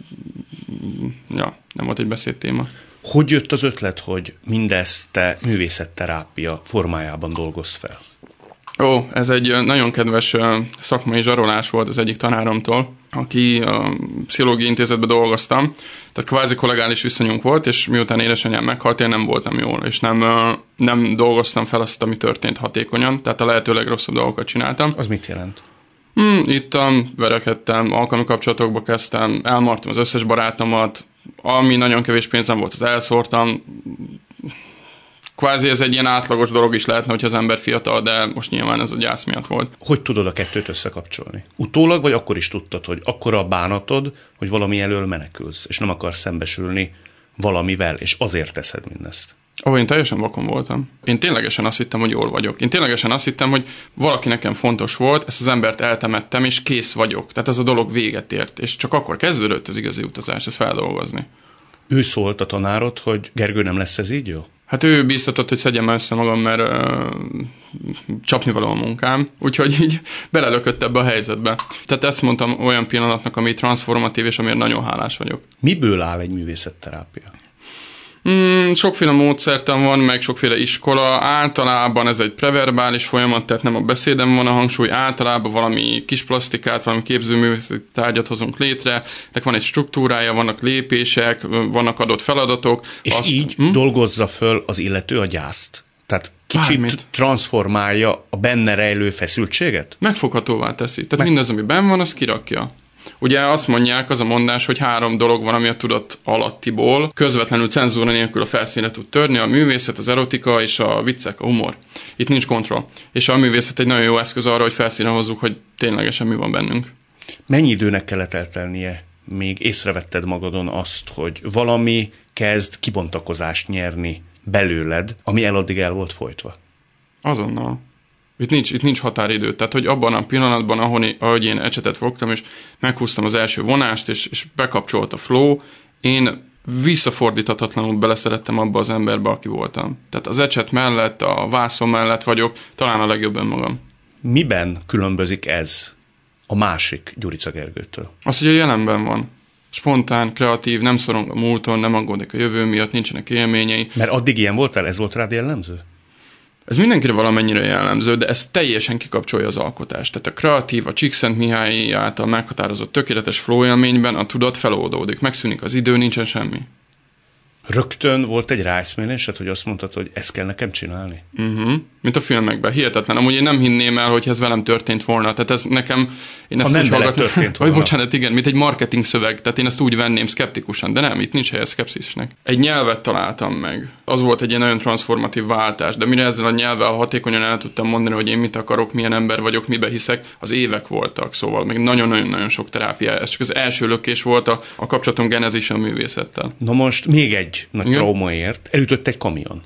beszédtéma. Hogy jött az ötlet, hogy mindezt te művészetterápia formájában dolgozd fel? Ez egy nagyon kedves szakmai zsarolás volt az egyik tanáromtól, aki a pszichológiai intézetben dolgoztam, tehát kvázi kollegális viszonyunk volt, és miután édesanyám meghalt, én nem voltam jól, és nem dolgoztam fel azt, ami történt hatékonyan, tehát a lehető legrosszabb dolgokat csináltam. Az mit jelent? Ittam, verekedtem, alkalmi kapcsolatokba kezdtem, elmartam az összes barátomat, ami nagyon kevés pénzem volt, az elszórtam. Kvázi ez egy ilyen átlagos dolog is lehetne, hogyha az ember fiatal, de most nyilván ez a gyász miatt volt. Hogy tudod a kettőt összekapcsolni? Utólag, vagy akkor is tudtad, hogy akkora a bánatod, hogy valami elől menekülsz, és nem akarsz szembesülni valamivel, és azért teszed mindezt? Én teljesen vakon voltam. Én ténylegesen azt hittem, hogy jól vagyok. Én ténylegesen azt hittem, hogy valaki nekem fontos volt, ezt az embert eltemettem, és kész vagyok. Tehát ez a dolog véget ért, és csak akkor kezdődött az igazi utazás, ezt feldolgozni. Ő szólt a tanárod, hogy Gergő, nem lesz ez így jó? Hát ő bíztatott, hogy szedjem össze magam, mert csapnivaló a munkám, úgyhogy így belelökött ebbe a helyzetbe. Tehát ezt mondtam olyan pillanatnak, ami transformatív, és amiért nagyon hálás vagyok. Miből áll egy művészetterápia? Sokféle módszertan van, meg sokféle iskola. Általában ez egy preverbális folyamat, tehát nem a beszédem van a hangsúly, általában valami kis plastikát, valami képzőművészeti tárgyat hozunk létre, ennek van egy struktúrája, vannak lépések, vannak adott feladatok. És így dolgozza föl az illető a gyászt? Tehát kicsit transformálja a benne rejlő feszültséget? Megfoghatóvá teszi. Tehát mindaz, ami benn van, az kirakja. Ugye azt mondják, az a mondás, hogy 3 dolog van, ami a tudat alattiból közvetlenül cenzúra nélkül a felszínre tud törni: a művészet, az erotika és a viccek, a humor. Itt nincs kontroll. És a művészet egy nagyon jó eszköz arra, hogy felszínre hozzuk, hogy ténylegesen mi van bennünk. Mennyi időnek kellett eltelnie, még észrevetted magadon azt, hogy valami kezd kibontakozást nyerni belőled, ami addig el volt folytva? Azonnal. Itt nincs határidő. Tehát, hogy abban a pillanatban, ahogy én ecsetet fogtam, és meghúztam az első vonást, és bekapcsolt a flow, én visszafordíthatatlanul beleszerettem abba az emberbe, aki voltam. Tehát az ecset mellett, a vászon mellett vagyok talán a legjobb önmagam. Miben különbözik ez a másik Gyurica Gergőtől? Az, hogy a jelenben van. Spontán, kreatív, nem szorong a múlton, nem aggódik a jövő miatt, nincsenek élményei. Mert addig ilyen voltál, ez volt rád jellemző? Ez mindenkire valamennyire jellemző, de ez teljesen kikapcsolja az alkotást. Tehát a kreatív, a Csíkszentmihályi által meghatározott tökéletes flow élményben a tudat feloldódik, megszűnik az idő, nincsen semmi. Rögtön volt egy ráeszmélésed, hogy azt mondtad, hogy ezt kell nekem csinálni? Mint a filmekben. Hihetetlen. Amúgy én nem hinném el, hogy ez velem történt volna. Tehát ez nekem... Én ezt nem veled történt volna. Bocsánat, igen, mint egy marketing szöveg. Tehát én ezt úgy venném szkeptikusan, de nem, itt nincs helye szkepszisnek. Egy nyelvet találtam meg. Az volt egy ilyen nagyon transformatív váltás, de mire ezzel a nyelvvel hatékonyan el tudtam mondani, hogy én mit akarok, milyen ember vagyok, mibe hiszek, az évek voltak. Szóval még nagyon-nagyon sok terápia. Ez csak az első lökés volt a kapcsolatom genezise a művészettel. Na most még egy nagy traumaért elütött egy kamion.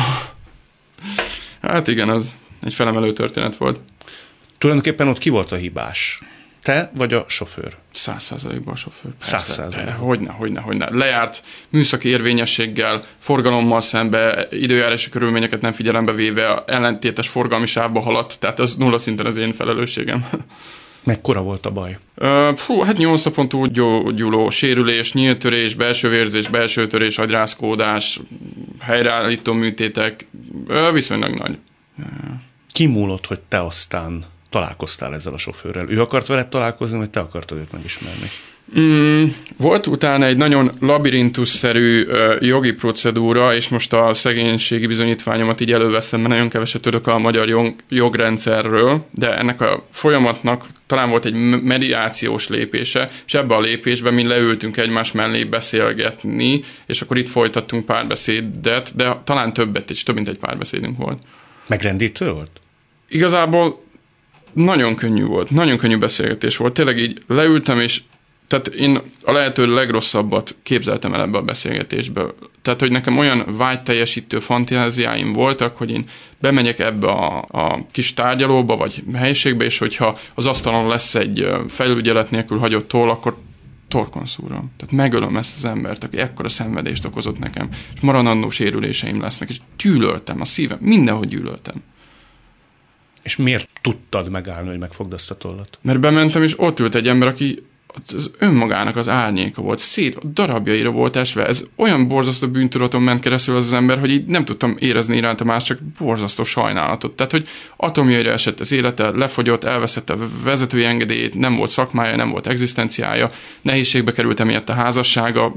Hát igen, az egy felemelő történet volt. Tulajdonképpen ott ki volt a hibás? Te vagy a sofőr? 100%-ban a sofőr. 100%-ban. Hogyne. Lejárt műszaki érvényességgel, forgalommal szembe, időjárási körülményeket nem figyelembe véve, ellentétes forgalmi sávba haladt, tehát az nulla szinten az én felelősségem. Mekkora volt a baj? Hát 8 napon túl gyógyuló sérülés, nyíltörés, belső vérzés, belső törés, agyrázkódás, helyreállító műtétek, viszonylag nagy. Kimúlott, hogy te aztán találkoztál ezzel a sofőrrel. Ő akart veled találkozni, vagy te akartad őt megismerni? Volt utána egy nagyon labirintusszerű jogi procedúra, és most a szegénységi bizonyítványomat így előveszem, mert nagyon keveset tudok a magyar jogrendszerről, de ennek a folyamatnak talán volt egy mediációs lépése, és ebbe a lépésben mi leültünk egymás mellé beszélgetni, és akkor itt folytattunk párbeszédet, de talán többet is, több mint egy párbeszédünk volt. Megrendítő volt? Igazából nagyon könnyű volt, nagyon könnyű beszélgetés volt. Tényleg így leültem, és tehát én a lehető legrosszabbat képzeltem el ebbe a beszélgetésbe. Tehát, hogy nekem olyan vágyteljesítő fantáziáim voltak, hogy én bemegyek ebbe a kis tárgyalóba, vagy helyiségbe, és hogyha az asztalon lesz egy felügyelet nélkül hagyott toll, akkor torkon szúrom. Tehát megölöm ezt az embert, aki ekkora szenvedést okozott nekem, és maradandó sérüléseim lesznek, és gyűlöltem a szívem, mindenhogy gyűlöltem. És miért tudtad megállni, hogy megfogd azt a tollat? Mert bementem, és ott ült egy ember, aki az önmagának az árnyéka volt, darabjaira volt esve. Ez olyan borzasztó bűntudaton ment keresztül az ember, hogy így nem tudtam érezni iránta más, csak borzasztó sajnálatot. Tehát, hogy atomjaira esett az élete, lefogyott, elveszette a vezetői engedélyét, nem volt szakmája, nem volt egzisztenciája, nehézségbe került emiatt a házassága,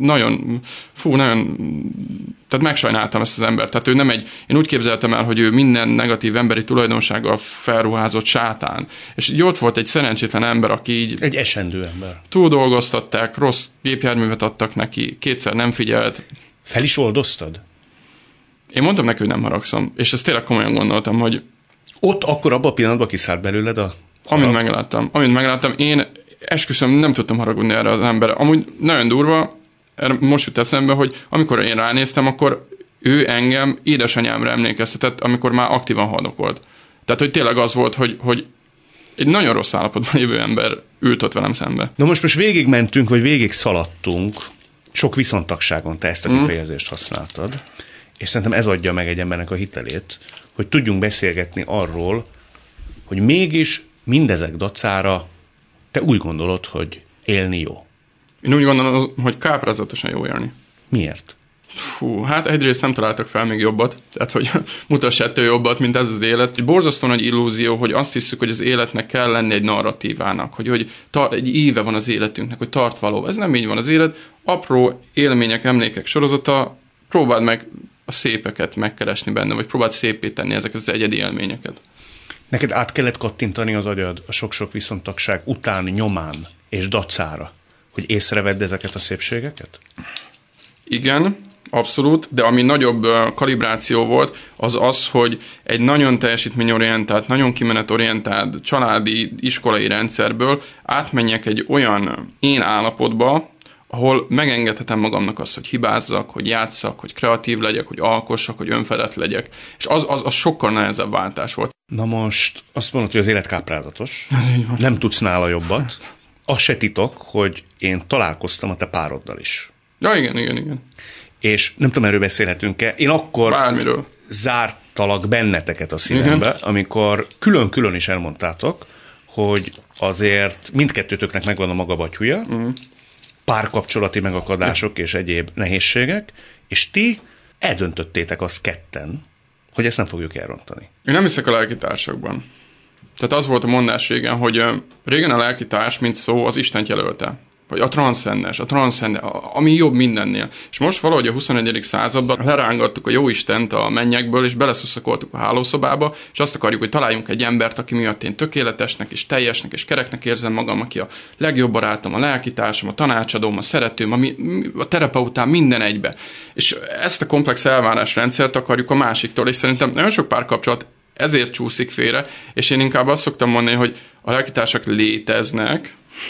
tehát megsajnáltam ezt az embert. Tehát ő nem én úgy képzeltem el, hogy ő minden negatív emberi tulajdonsággal felruházott sátán. És így ott volt egy szerencsétlen ember, aki így... Egy esendő ember. Túldolgoztatták, rossz gépjárművet adtak neki, kétszer nem figyelt. Fel is oldoztad? Én mondtam neki, hogy nem haragszom, és ezt tényleg komolyan gondoltam, hogy... Ott akkor abban a pillanatban kiszállt belőled a... Amint megláttam, én esküszöm, nem tudtam haragudni erre az emberre. Amúgy nagyon durva, most jut eszembe, hogy amikor én ránéztem, akkor ő engem édesanyámra emlékeztetett, amikor már aktívan haldokolt. Tehát, hogy tényleg az volt, hogy egy nagyon rossz állapotban lévő ember ült ott velem szembe. Na most végigmentünk, vagy végig szaladtunk, sok viszontagságon te ezt a kifejezést használtad, és szerintem ez adja meg egy embernek a hitelét, hogy tudjunk beszélgetni arról, hogy mégis mindezek dacára te úgy gondolod, hogy élni jó. Én úgy gondolom, hogy káprázatosan jó élni. Miért? Fú, hát egyrészt nem találtak fel még jobbat, tehát hogy mutass ettől jobbat, mint ez az élet. Egy borzasztó nagy illúzió, hogy azt hiszük, hogy az életnek kell lenni egy narratívának, hogy egy íve van az életünknek, hogy tart való. Ez nem így van az élet. Apró élmények, emlékek sorozata, próbáld meg a szépeket megkeresni benne, vagy próbáld szépé tenni ezeket az egyedi élményeket. Neked át kellett kattintani az agyad a sok-sok viszontagság után, nyomán és dacára, hogy észrevedd ezeket a szépségeket? Igen, abszolút, de ami nagyobb kalibráció volt, az az, hogy egy nagyon teljesítményorientált, nagyon kimenetorientált családi, iskolai rendszerből átmenjek egy olyan én állapotba, ahol megengedhetem magamnak azt, hogy hibázzak, hogy játsszak, hogy kreatív legyek, hogy alkossak, hogy önfedett legyek. És az sokkal nehezebb váltás volt. Na most azt mondod, hogy az élet káprázatos, nem tudsz nála jobbat. Az se titok, hogy én találkoztam a te pároddal is. Ja, igen. És nem tudom, erről beszélhetünk-e. Én akkor Bármiről zártalak benneteket a szívembe, amikor külön-külön is elmondtátok, hogy azért mindkettőtöknek megvan a maga batyúja, párkapcsolati megakadások és egyéb nehézségek, és ti eldöntöttétek azt ketten, hogy ezt nem fogjuk elrontani. Én nem hiszek a lelkitársakban. Tehát az volt a mondás régen, hogy régen a lelkitárs, mint szó, az Istent jelölte. Vagy a transzcendens, ami jobb mindennél. És most valahogy a 21. században lerángattuk a jóistent a mennyekből, és beleszuszakoltuk a hálószobába, és azt akarjuk, hogy találjunk egy embert, aki miatt én tökéletesnek, és teljesnek, és kereknek érzem magam, aki a legjobb barátom, a lelkitársam, a tanácsadóm, a szeretőm, a terapeutám, minden egybe. És ezt a komplex elvárásrendszert akarjuk a másiktól, és szerintem nagyon sok párkapcsolat ezért csúszik félre, és én inkább azt szoktam mondani, hogy a lelkitársak léteznek,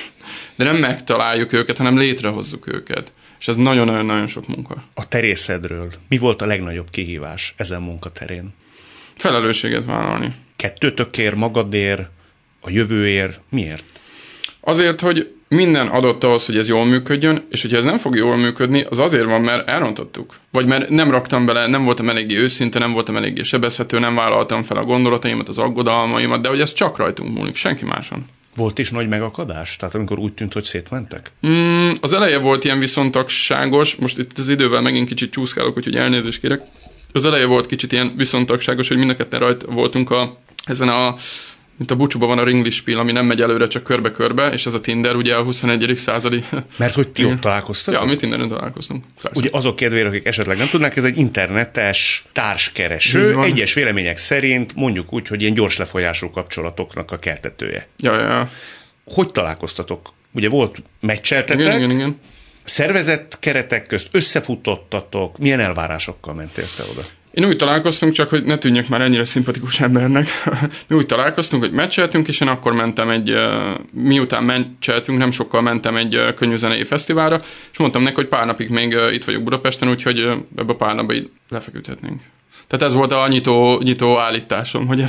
de nem megtaláljuk őket, hanem létrehozzuk őket. És ez nagyon-nagyon sok munka. A te részedről mi volt a legnagyobb kihívás ezen munkaterén? Felelősséget vállalni. Kettőtökért, magadért, a jövőért, miért? Azért, hogy minden adott ahhoz, hogy ez jól működjön, és hogyha ez nem fog jól működni, az azért van, mert elrontottuk. Vagy mert nem raktam bele, nem voltam eléggé őszinte, nem voltam eléggé sebezhető, nem vállaltam fel a gondolataimat, az aggodalmaimat, de hogy ez csak rajtunk múlik, senki máson. Volt is nagy megakadás? Tehát amikor úgy tűnt, hogy szétmentek? Az eleje volt ilyen viszontagságos, most itt az idővel megint kicsit csúszkálok, úgyhogy elnézést kérek. Az eleje volt kicsit ilyen viszontagságos, hogy mind a ketten rajta voltunk ezen mint a búcsúban van a ringlispiel, ami nem megy előre, csak körbe-körbe, és ez a Tinder ugye a 21. századi. Mert hogy ti ott találkoztatok? Ja, mi Tinderen találkoztunk. Persze. Ugye azok kedvére, akik esetleg nem tudnak, ez egy internetes társkereső, egyes vélemények szerint mondjuk úgy, hogy ilyen gyors lefolyású kapcsolatoknak a keltetője. Ja. Hogy találkoztatok? Ugye volt meccseltetek, Igen. szervezett keretek közt összefutottatok, milyen elvárásokkal mentél te oda? Én úgy találkoztunk, csak hogy ne tűnjek már ennyire szimpatikus embernek. Mi úgy találkoztunk, hogy meccseltünk, és én akkor mentem miután meccseltünk, nem sokkal mentem egy könnyűzenei fesztiválra, és mondtam neki, hogy pár napig még itt vagyok Budapesten, úgyhogy ebbe a pár napba így lefeküdhetnénk. Tehát ez volt a nyitó állításom, hogy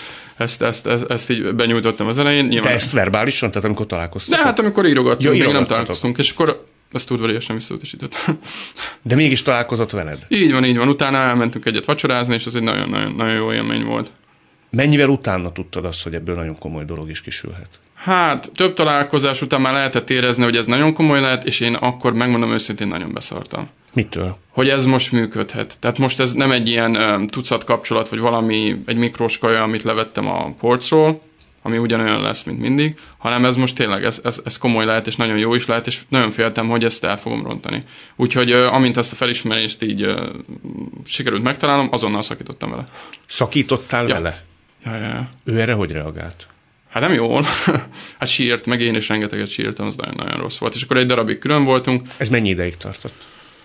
ezt így benyújtottam az elején. Nyilván... De ezt verbálisan, tehát amikor találkoztatok? De hát amikor írogattunk, még nem találkoztunk, és akkor ezt udvariasan visszautasítottam. De mégis találkozott veled? Így van. Utána elmentünk egyet vacsorázni, és ez egy nagyon jó élmény volt. Mennyivel utána tudtad azt, hogy ebből nagyon komoly dolog is kisülhet? Hát, több találkozás után már lehetett érezni, hogy ez nagyon komoly lehet, és én akkor, megmondom őszintén, nagyon beszartam. Mitől? Hogy ez most működhet. Tehát most ez nem egy ilyen tucat kapcsolat, vagy egy mikrós kaja, amit levettem a polcról, ami ugyanolyan lesz, mint mindig, hanem ez most tényleg, ez komoly lehet, és nagyon jó is lehet, és nagyon féltem, hogy ezt el fogom rontani. Úgyhogy amint ezt a felismerést így sikerült megtalálnom, azonnal szakítottam vele. Szakítottál vele? Ja. Ő erre hogy reagált? Hát nem jól. Hát sírt, meg én is rengeteget sírtam, az nagyon-nagyon rossz volt. És akkor egy darabig külön voltunk. Ez mennyi ideig tartott?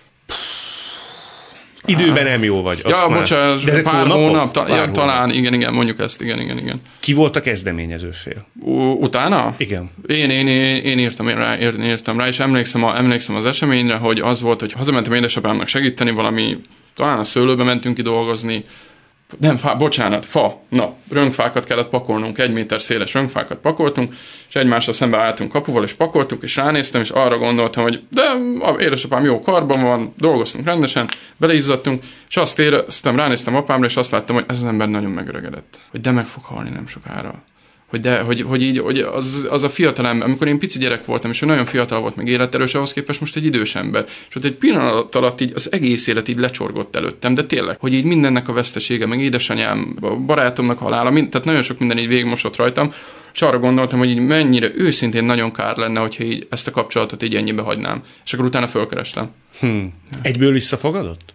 Időben nem jó vagy. Ja, bocsánat, pár hónap, talán, igen, mondjuk ezt, igen. Ki volt a kezdeményező fél? Utána? Igen. Én írtam rá, és emlékszem az eseményre, hogy az volt, hogy hazamentem édesapámnak segíteni, talán a szőlőbe mentünk ki dolgozni, fa. Na, rönkfákat kellett pakolnunk, 1 méter széles rönkfákat pakoltunk, és egymásra szembe álltunk kapuval, és pakoltuk, és ránéztem, és arra gondoltam, hogy de édesapám jó karban van, dolgoztunk rendesen, beleizzadtunk, és azt éreztem, ránéztem apámra, és azt láttam, hogy ez az ember nagyon megöregedett. Hogy de meg fog halni nem sokára. Hogy az a fiatal ember, amikor én pici gyerek voltam, és ő nagyon fiatal volt, meg életerős, ahhoz képest most egy idős ember. És ott egy pillanat alatt így az egész élet így lecsorgott előttem, de tényleg, hogy így mindennek a vesztesége, meg édesanyám, a barátomnak halála, tehát nagyon sok minden így végigmosott rajtam, és arra gondoltam, hogy így mennyire őszintén nagyon kár lenne, hogyha így ezt a kapcsolatot így ennyibe hagynám. És akkor utána fölkerestem. Egyből visszafogadott?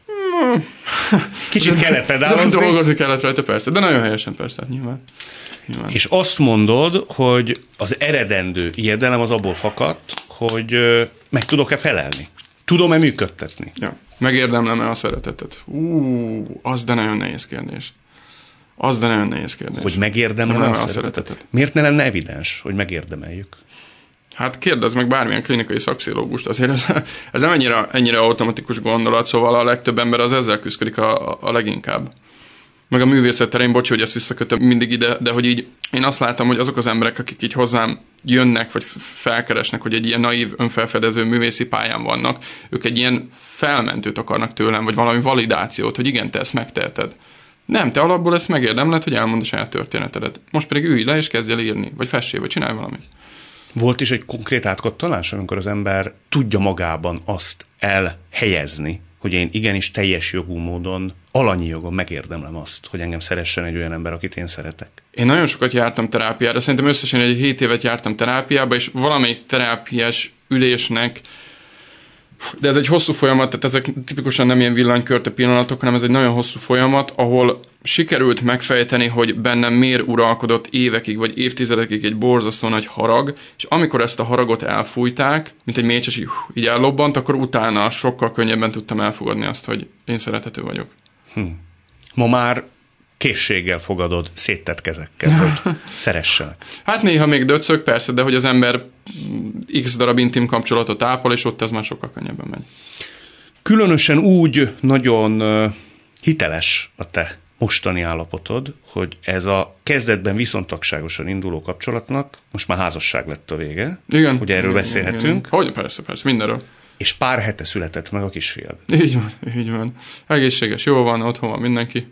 Kicsit kellett pedálozni. Dolgozni kellett rajta, persze, de nagyon helyesen persze, nyilván. És azt mondod, hogy az eredendő ijedelem az abból fakadt, hogy meg tudok-e felelni? Tudom-e működtetni? Ja. Megérdemlem-e a szeretetet? Az de nagyon nehéz kérdés. Hogy megérdemlem a szeretetet? Miért ne lenne evidens, hogy megérdemeljük? Hát kérdezz meg bármilyen klinikai szakpszichológust, azért ez nem ennyire automatikus gondolat, szóval a legtöbb ember az ezzel küzdik a leginkább. Meg a művészet terén, bocs, hogy ezt visszakötöm mindig ide, de hogy így én azt látom, hogy azok az emberek, akik így hozzám jönnek, vagy felkeresnek, hogy egy ilyen naív, önfelfedező művészi pályán vannak, ők egy ilyen felmentőt akarnak tőlem, vagy valami validációt, hogy igen, te ezt megteheted. Nem, te alapból ezt megérdemled, hogy elmondd a saját történetedet. Most pedig ülj le, és kezdj el írni, vagy fessél, vagy csinálj valamit. Volt is egy konkrét átkattolás, amikor az ember tudja magában azt elhelyezni, hogy én igenis teljes jogú módon, alanyi jogon megérdemlem azt, hogy engem szeressen egy olyan ember, akit én szeretek. Én nagyon sokat jártam terápiára, szerintem összesen egy 7 évet jártam terápiába, és valamelyik terápiás ülésnek, de ez egy hosszú folyamat, tehát ezek tipikusan nem ilyen villanykörte pillanatok, hanem ez egy nagyon hosszú folyamat, ahol sikerült megfejteni, hogy bennem miért uralkodott évekig vagy évtizedekig egy borzasztó nagy harag, és amikor ezt a haragot elfújták, mint egy mécses így ellobbant, akkor utána sokkal könnyebben tudtam elfogadni azt, hogy én szerethető vagyok. Ma már készséggel fogadod széttett kezekkel, hogy szeressenek. Hát néha még döcög, persze, de hogy az ember x darab intim kapcsolatot ápol, és ott ez már sokkal könnyebben megy. Különösen úgy nagyon hiteles a te mostani állapotod, hogy ez a kezdetben viszontagságosan induló kapcsolatnak most már házasság lett a vége. Igen. Ugye erről beszélhetünk. Igen. Hogy persze, mindenről. És pár hete született meg a kisfiad. Így van. Egészséges, jól van, otthon van mindenki.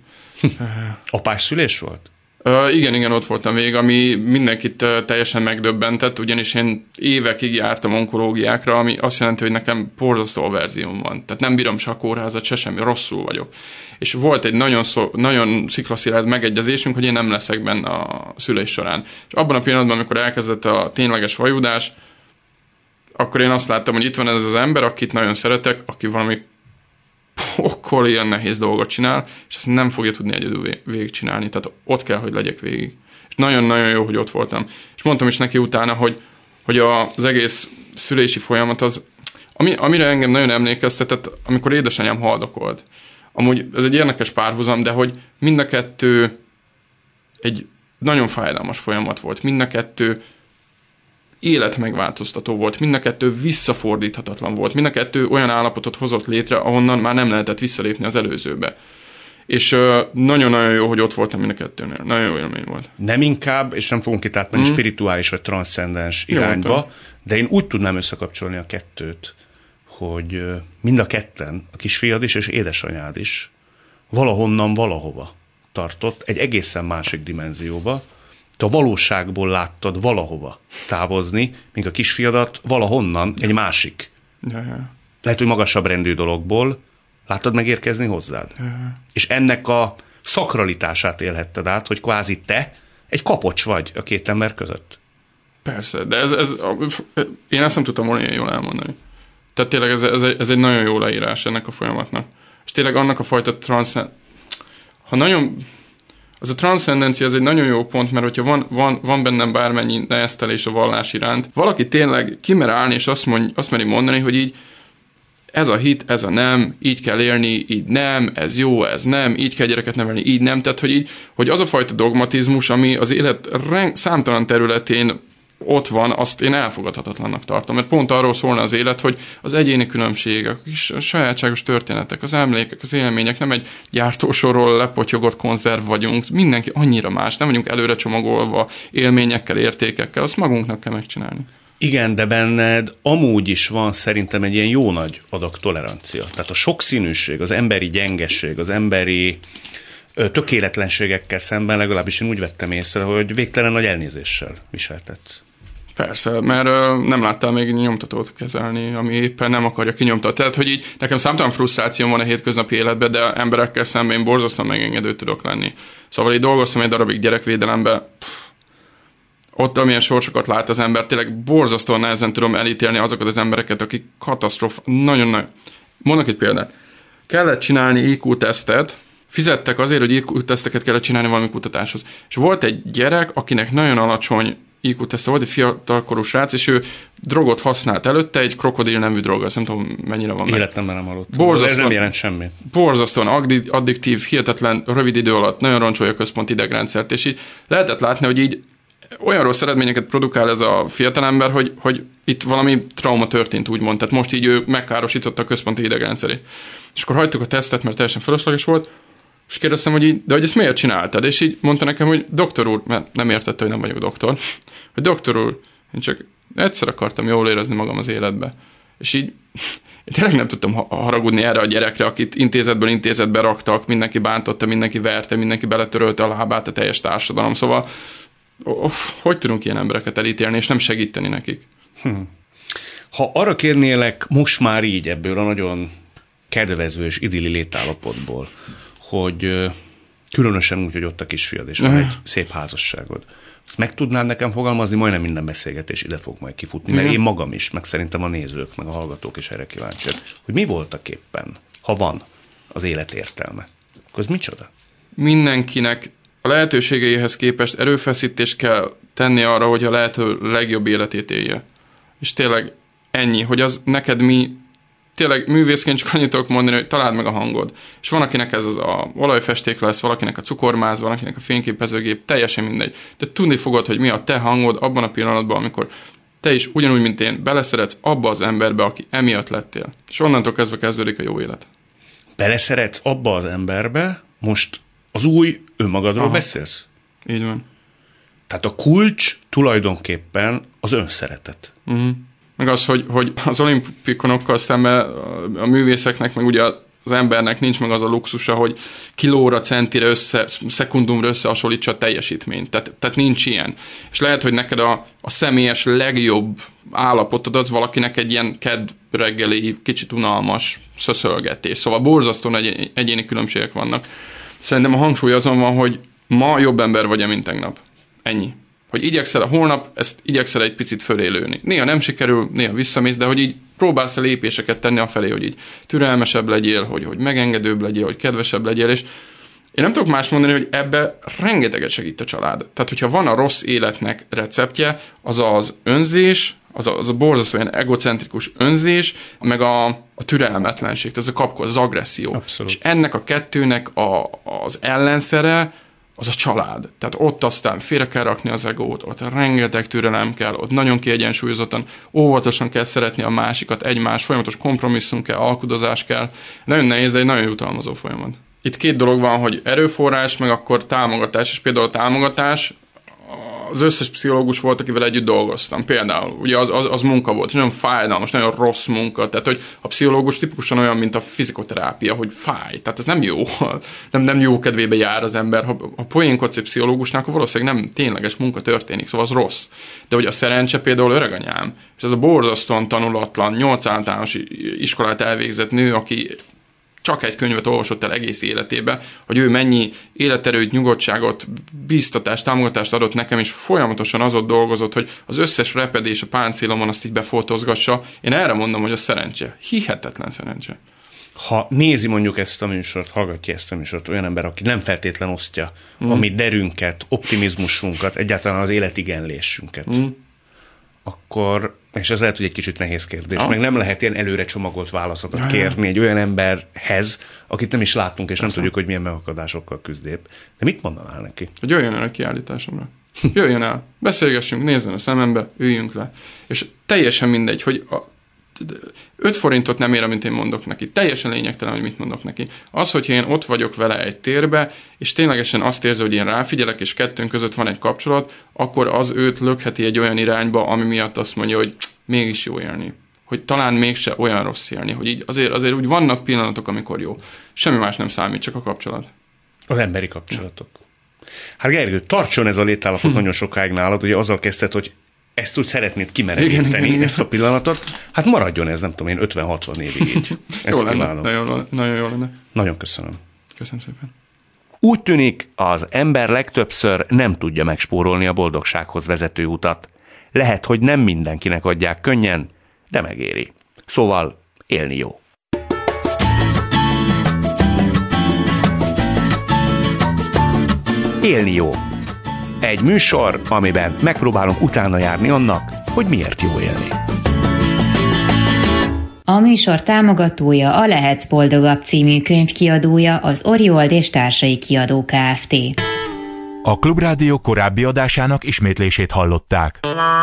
Apás szülés volt? Igen, ott voltam végig, ami mindenkit teljesen megdöbbentett, ugyanis én évekig jártam onkológiákra, ami azt jelenti, hogy nekem borzasztó averzióm van. Tehát nem bírom se a kórházat, se semmi, rosszul vagyok. És volt egy nagyon sziklaszilárd megegyezésünk, hogy én nem leszek benne a szülés során. És abban a pillanatban, amikor elkezdett a tényleges vajudás, akkor én azt láttam, hogy itt van ez az ember, akit nagyon szeretek, aki valami okkol ilyen nehéz dolgot csinál, és ezt nem fogja tudni egyedül végigcsinálni, tehát ott kell, hogy legyek végig. És nagyon-nagyon jó, hogy ott voltam. És mondtam is neki utána, hogy az egész szülési folyamat az, amire engem nagyon emlékeztetett, amikor édesanyám haldokolt. Amúgy ez egy érdekes párhuzam, de hogy mind a kettő egy nagyon fájdalmas folyamat volt. Mind a kettő életmegváltoztató volt, mind a kettő visszafordíthatatlan volt, mind a kettő olyan állapotot hozott létre, ahonnan már nem lehetett visszalépni az előzőbe. És nagyon-nagyon jó, hogy ott voltam mind a kettőnél. Nagyon jó élmény volt. Nem inkább, és nem fogunk itt átmenni spirituális vagy transzcendens irányba, de én úgy tudnám összekapcsolni a kettőt, hogy mind a ketten, a kisfiad is és édesanyád is valahonnan valahova tartott, egy egészen másik dimenzióba. Te a valóságból láttad valahova távozni, míg a kisfiadat valahonnan egy másik. Lehet, hogy magasabb rendű dologból láttad megérkezni hozzád. És ennek a szakralitását élhetted át, hogy kvázi te egy kapocs vagy a két ember között. Persze, de én ezt nem tudtam volna ilyen jól elmondani. Tehát tényleg ez egy nagyon jó leírás ennek a folyamatnak. És tényleg annak a fajta az a transzcendencia, ez egy nagyon jó pont, mert hogyha van bennem bármennyi neheztelés a vallás iránt, valaki tényleg kimer állni, és azt meri mondani, hogy így ez a hit, ez a nem, így kell élni, így nem, ez jó, ez nem, így kell gyereket nevelni, így nem. Tehát, hogy az a fajta dogmatizmus, ami az élet számtalan területén ott van, azt én elfogadhatatlannak tartom. Mert pont arról szólna az élet, hogy az egyéni különbségek, a sajátságos történetek, az emlékek, az élmények, nem egy gyártósorról lepotyogott konzerv vagyunk, mindenki annyira más, nem vagyunk előre csomagolva élményekkel, értékekkel, azt magunknak kell megcsinálni. Igen, de benned amúgy is van szerintem egy ilyen jó nagy adag tolerancia. Tehát a sokszínűség, az emberi gyengeség, az emberi tökéletlenségekkel szemben legalábbis én úgy vettem észre, hogy végtelen nagy elnézéssel viseltetsz. Persze, mert nem láttál még nyomtatót kezelni, ami éppen nem akarja kinyomtatni. Tehát, hogy így nekem számtalan frusztrációm van a hétköznapi életben, de emberekkel szemben én borzasztóan megengedő tudok lenni. Szóval így dolgoztam egy darabig gyerekvédelemben, ott, amilyen sorsokat lát az ember, tényleg borzasztóan nehezen tudom elítélni azokat az embereket, akik katasztrófa, nagyon nagy. Mondok egy példát. Kellett csinálni IQ-tesztet, fizettek azért, hogy IQ-teszteket kellett csinálni valami kutatáshoz. És volt egy gyerek, akinek nagyon alacsony IQ-teszte volt, egy fiatalkorú srác, és ő drogot használt előtte, egy krokodil nevű drog, azt nem tudom, mennyire van meg. Életemben nem hallottam. Ez nem jelent semmit. Borzasztóan addiktív, hihetetlen, rövid idő alatt, nagyon roncsolja a központi idegrendszert, és így lehetett látni, hogy így olyan rossz eredményeket produkál ez a fiatalember, hogy itt valami trauma történt, úgymond. Tehát most így ő megkárosította a központi idegrendszerét. És akkor hagytuk a tesztet, mert teljesen fölösleges volt, és kérdeztem, hogy így, de hogy ezt miért csináltad? És így mondta nekem, hogy doktor úr, mert nem értette, hogy nem vagyok doktor, hogy doktor úr, én csak egyszer akartam jól érezni magam az életbe. És így én tényleg nem tudtam haragudni erre a gyerekre, akit intézetből intézetbe raktak, mindenki bántotta, mindenki verte, mindenki beletörölte a lábát a teljes társadalom. Szóval hogy tudunk ilyen embereket elítélni, és nem segíteni nekik? Ha arra kérnélek most már így ebből a nagyon kedvező és idilli létállapotból, hogy különösen úgy, hogy ott a kisfiad, és van egy szép házasságod, azt meg tudnád nekem fogalmazni, majdnem minden beszélgetés ide fog majd kifutni, mert én magam is, meg szerintem a nézők, meg a hallgatók is erre kíváncsiak, hogy mi voltak éppen, ha van az élet értelme. Akkor ez micsoda? Mindenkinek a lehetőségeihez képest erőfeszítést kell tenni arra, hogy a lehető legjobb életét élje. És tényleg ennyi, hogy az neked mi, tényleg művészként csak annyit tudok mondani, hogy találd meg a hangod. És van, akinek ez az a olajfesték lesz, valakinek a cukormáz, valakinek a fényképezőgép, teljesen mindegy. De tudni fogod, hogy mi a te hangod abban a pillanatban, amikor te is ugyanúgy, mint én, beleszeretsz abba az emberbe, aki emiatt lettél. És onnantól kezdve kezdődik a jó élet. Beleszeretsz abba az emberbe, most az új önmagadról beszélsz? Így van. Tehát a kulcs tulajdonképpen az önszeretet. Meg az, hogy az olimpikonokkal szemben a művészeknek, meg ugye az embernek nincs meg az a luxusa, hogy kilóra, centire, szekundumra összehasonlítsa a teljesítményt. Tehát nincs ilyen. És lehet, hogy neked a személyes legjobb állapotod az valakinek egy ilyen kedd reggeli, kicsit unalmas szöszölgetés. Szóval borzasztó egyéni különbségek vannak. Szerintem a hangsúly azon van, hogy ma jobb ember vagy-e, mint tegnap. Ennyi. Hogy igyekszel a holnap, ezt igyekszel egy picit fölé lőni. Néha nem sikerül, néha visszamész, de hogy így próbálsz a lépéseket tenni afelé, hogy így türelmesebb legyél, hogy megengedőbb legyél, hogy kedvesebb legyél, és én nem tudok más mondani, hogy ebbe rengeteget segít a család. Tehát, hogyha van a rossz életnek receptje, az az önzés, az a borzasztó ilyen egocentrikus önzés, meg a türelmetlenség, ez a kapkodás, az agresszió. Abszolút. És ennek a kettőnek az ellenszere az a család. Tehát ott aztán félre kell rakni az egót, ott rengeteg türelem kell, ott nagyon kiegyensúlyozottan, óvatosan kell szeretni a másikat, egymás, folyamatos kompromisszum kell, alkudozás kell. Nagyon nehéz, de egy nagyon jutalmazó folyamat. Itt két dolog van, hogy erőforrás, meg akkor támogatás, és például a támogatás, az összes pszichológus volt, akivel együtt dolgoztam. Például, ugye az munka volt, és nagyon fájdalmas, nagyon rossz munka. Tehát, hogy a pszichológus tipikusan olyan, mint a fizikoterápia, hogy fáj. Tehát ez nem jó. Nem jó kedvébe jár az ember. Ha poénkodsz egy pszichológusnál, akkor valószínűleg nem tényleges munka történik, szóval az rossz. De hogy a szerencse például öreganyám, és ez a borzasztóan tanulatlan, 8 általános iskolát elvégzett nő, aki csak egy könyvet olvasott el egész életébe, hogy ő mennyi életerőt, nyugodtságot, bíztatást, támogatást adott nekem, és folyamatosan az ott dolgozott, hogy az összes repedés a páncélomon azt így befotozgassa. Én erre mondom, hogy a szerencse. Hihetetlen szerencse. Ha nézi mondjuk ezt a műsort, hallgatja ezt a műsort olyan ember, aki nem feltétlen osztja a mi derünket, optimizmusunkat, egyáltalán az életigenlésünket, akkor, és ez lehet, hogy egy kicsit nehéz kérdés, meg nem lehet ilyen előre csomagolt válaszokat kérni egy olyan emberhez, akit nem is láttunk, és nem tudjuk, hogy milyen megakadásokkal küzd épp. De mit mondanál neki? Hogy jöjjön el a kiállításomra. Jöjjön el, beszélgessünk, nézzen a szemembe, üljünk le. És teljesen mindegy, hogy 5 forintot nem ér, amit én mondok neki. Teljesen lényegtelen, hogy mit mondok neki. Az, hogyha én ott vagyok vele egy térbe, és ténylegesen azt érzi, hogy én ráfigyelek, és kettőnk között van egy kapcsolat, akkor az őt lökheti egy olyan irányba, ami miatt azt mondja, hogy mégis jó élni. Hogy talán mégse olyan rossz élni. Hogy így azért úgy vannak pillanatok, amikor jó. Semmi más nem számít, csak a kapcsolat. Az emberi kapcsolatok. Hát Gergő, tartson ez a létállapot nagyon sokáig nálad, ugye azzal kezdted, hogy ezt úgy szeretnéd kimerevíteni, ezt a pillanatot. Hát maradjon ez, nem tudom én, 50-60 évig így. Ezt kívánom. Nagyon jó lenne. Nagyon köszönöm. Köszönöm szépen. Úgy tűnik, az ember legtöbbször nem tudja megspórolni a boldogsághoz vezető utat. Lehet, hogy nem mindenkinek adják könnyen, de megéri. Szóval élni jó. Élni jó. Egy műsor, amiben megpróbálunk utána járni annak, hogy miért jó élni. A műsor támogatója a Lehetsz boldogabb című könyvkiadója, az Oriold és Társai Kiadó Kft. A Klubrádió korábbi adásának ismétlését hallották.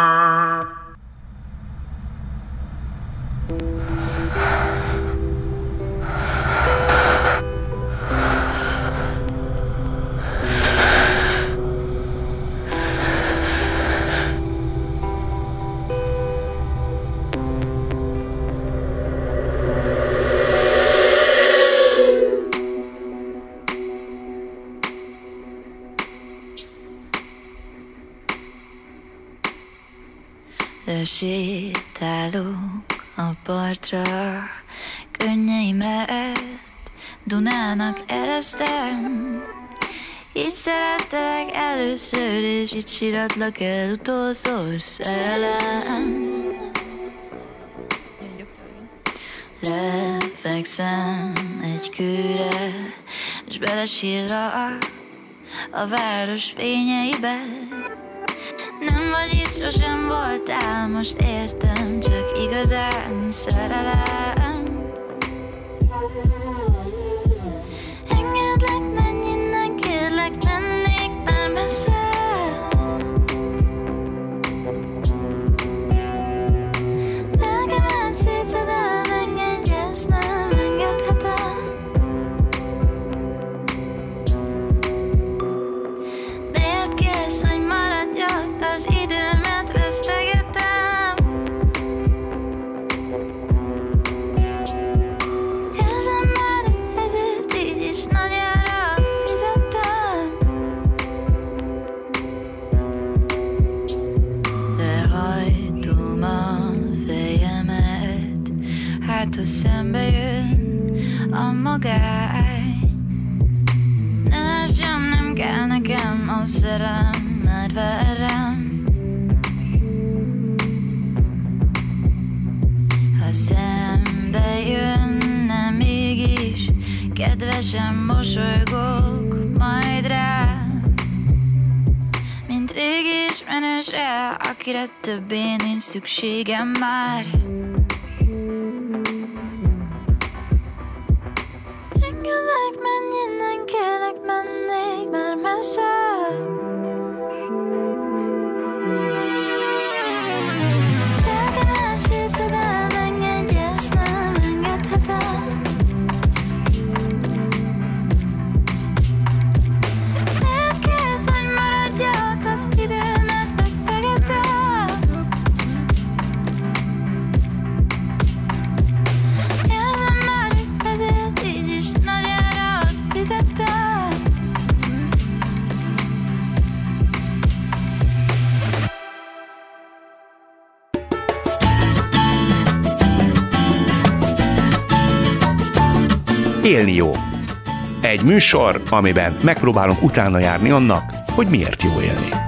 Sétálok a partra, könnyeimet Dunának eresztem. Itt szerettelek először, és itt síratlak el utolszor, szerelem. Lefekszem egy kőre, és belesírlak a város fényeibe. Nem vagy itt, sosem voltál, most értem, csak igazán szerelem. Engedlek, menj innen, kérlek, mennék már messze. Lelkemet szétszedem, engedj, ezt nem engedhetem. Miért kérsz, hogy maradjak? Az időmet vesztegetem. Érzem már, ezért így is nagy árat fizettem. Lehajtom a fejemet, hát ha szembe jön a magány. Ne lássam, nem kell nekem a szerelem, már vár rám. Ha szembe jönne mégis, kedvesen mosolygok majd rá. Mint régi ismerősre, akire többé nincs szükségem már. Engedlek, menj innen, kérlek, mennék már messze. Lelkemet szétszedem, engedj, ezt nem engedhetem. Miért kérsz, hogy maradjak, az időmet vesztegetem. Érzem már, ezért így is nagy árat fizettem. Élni jó. Egy műsor, amiben megpróbálunk utána járni annak, hogy miért jó élni.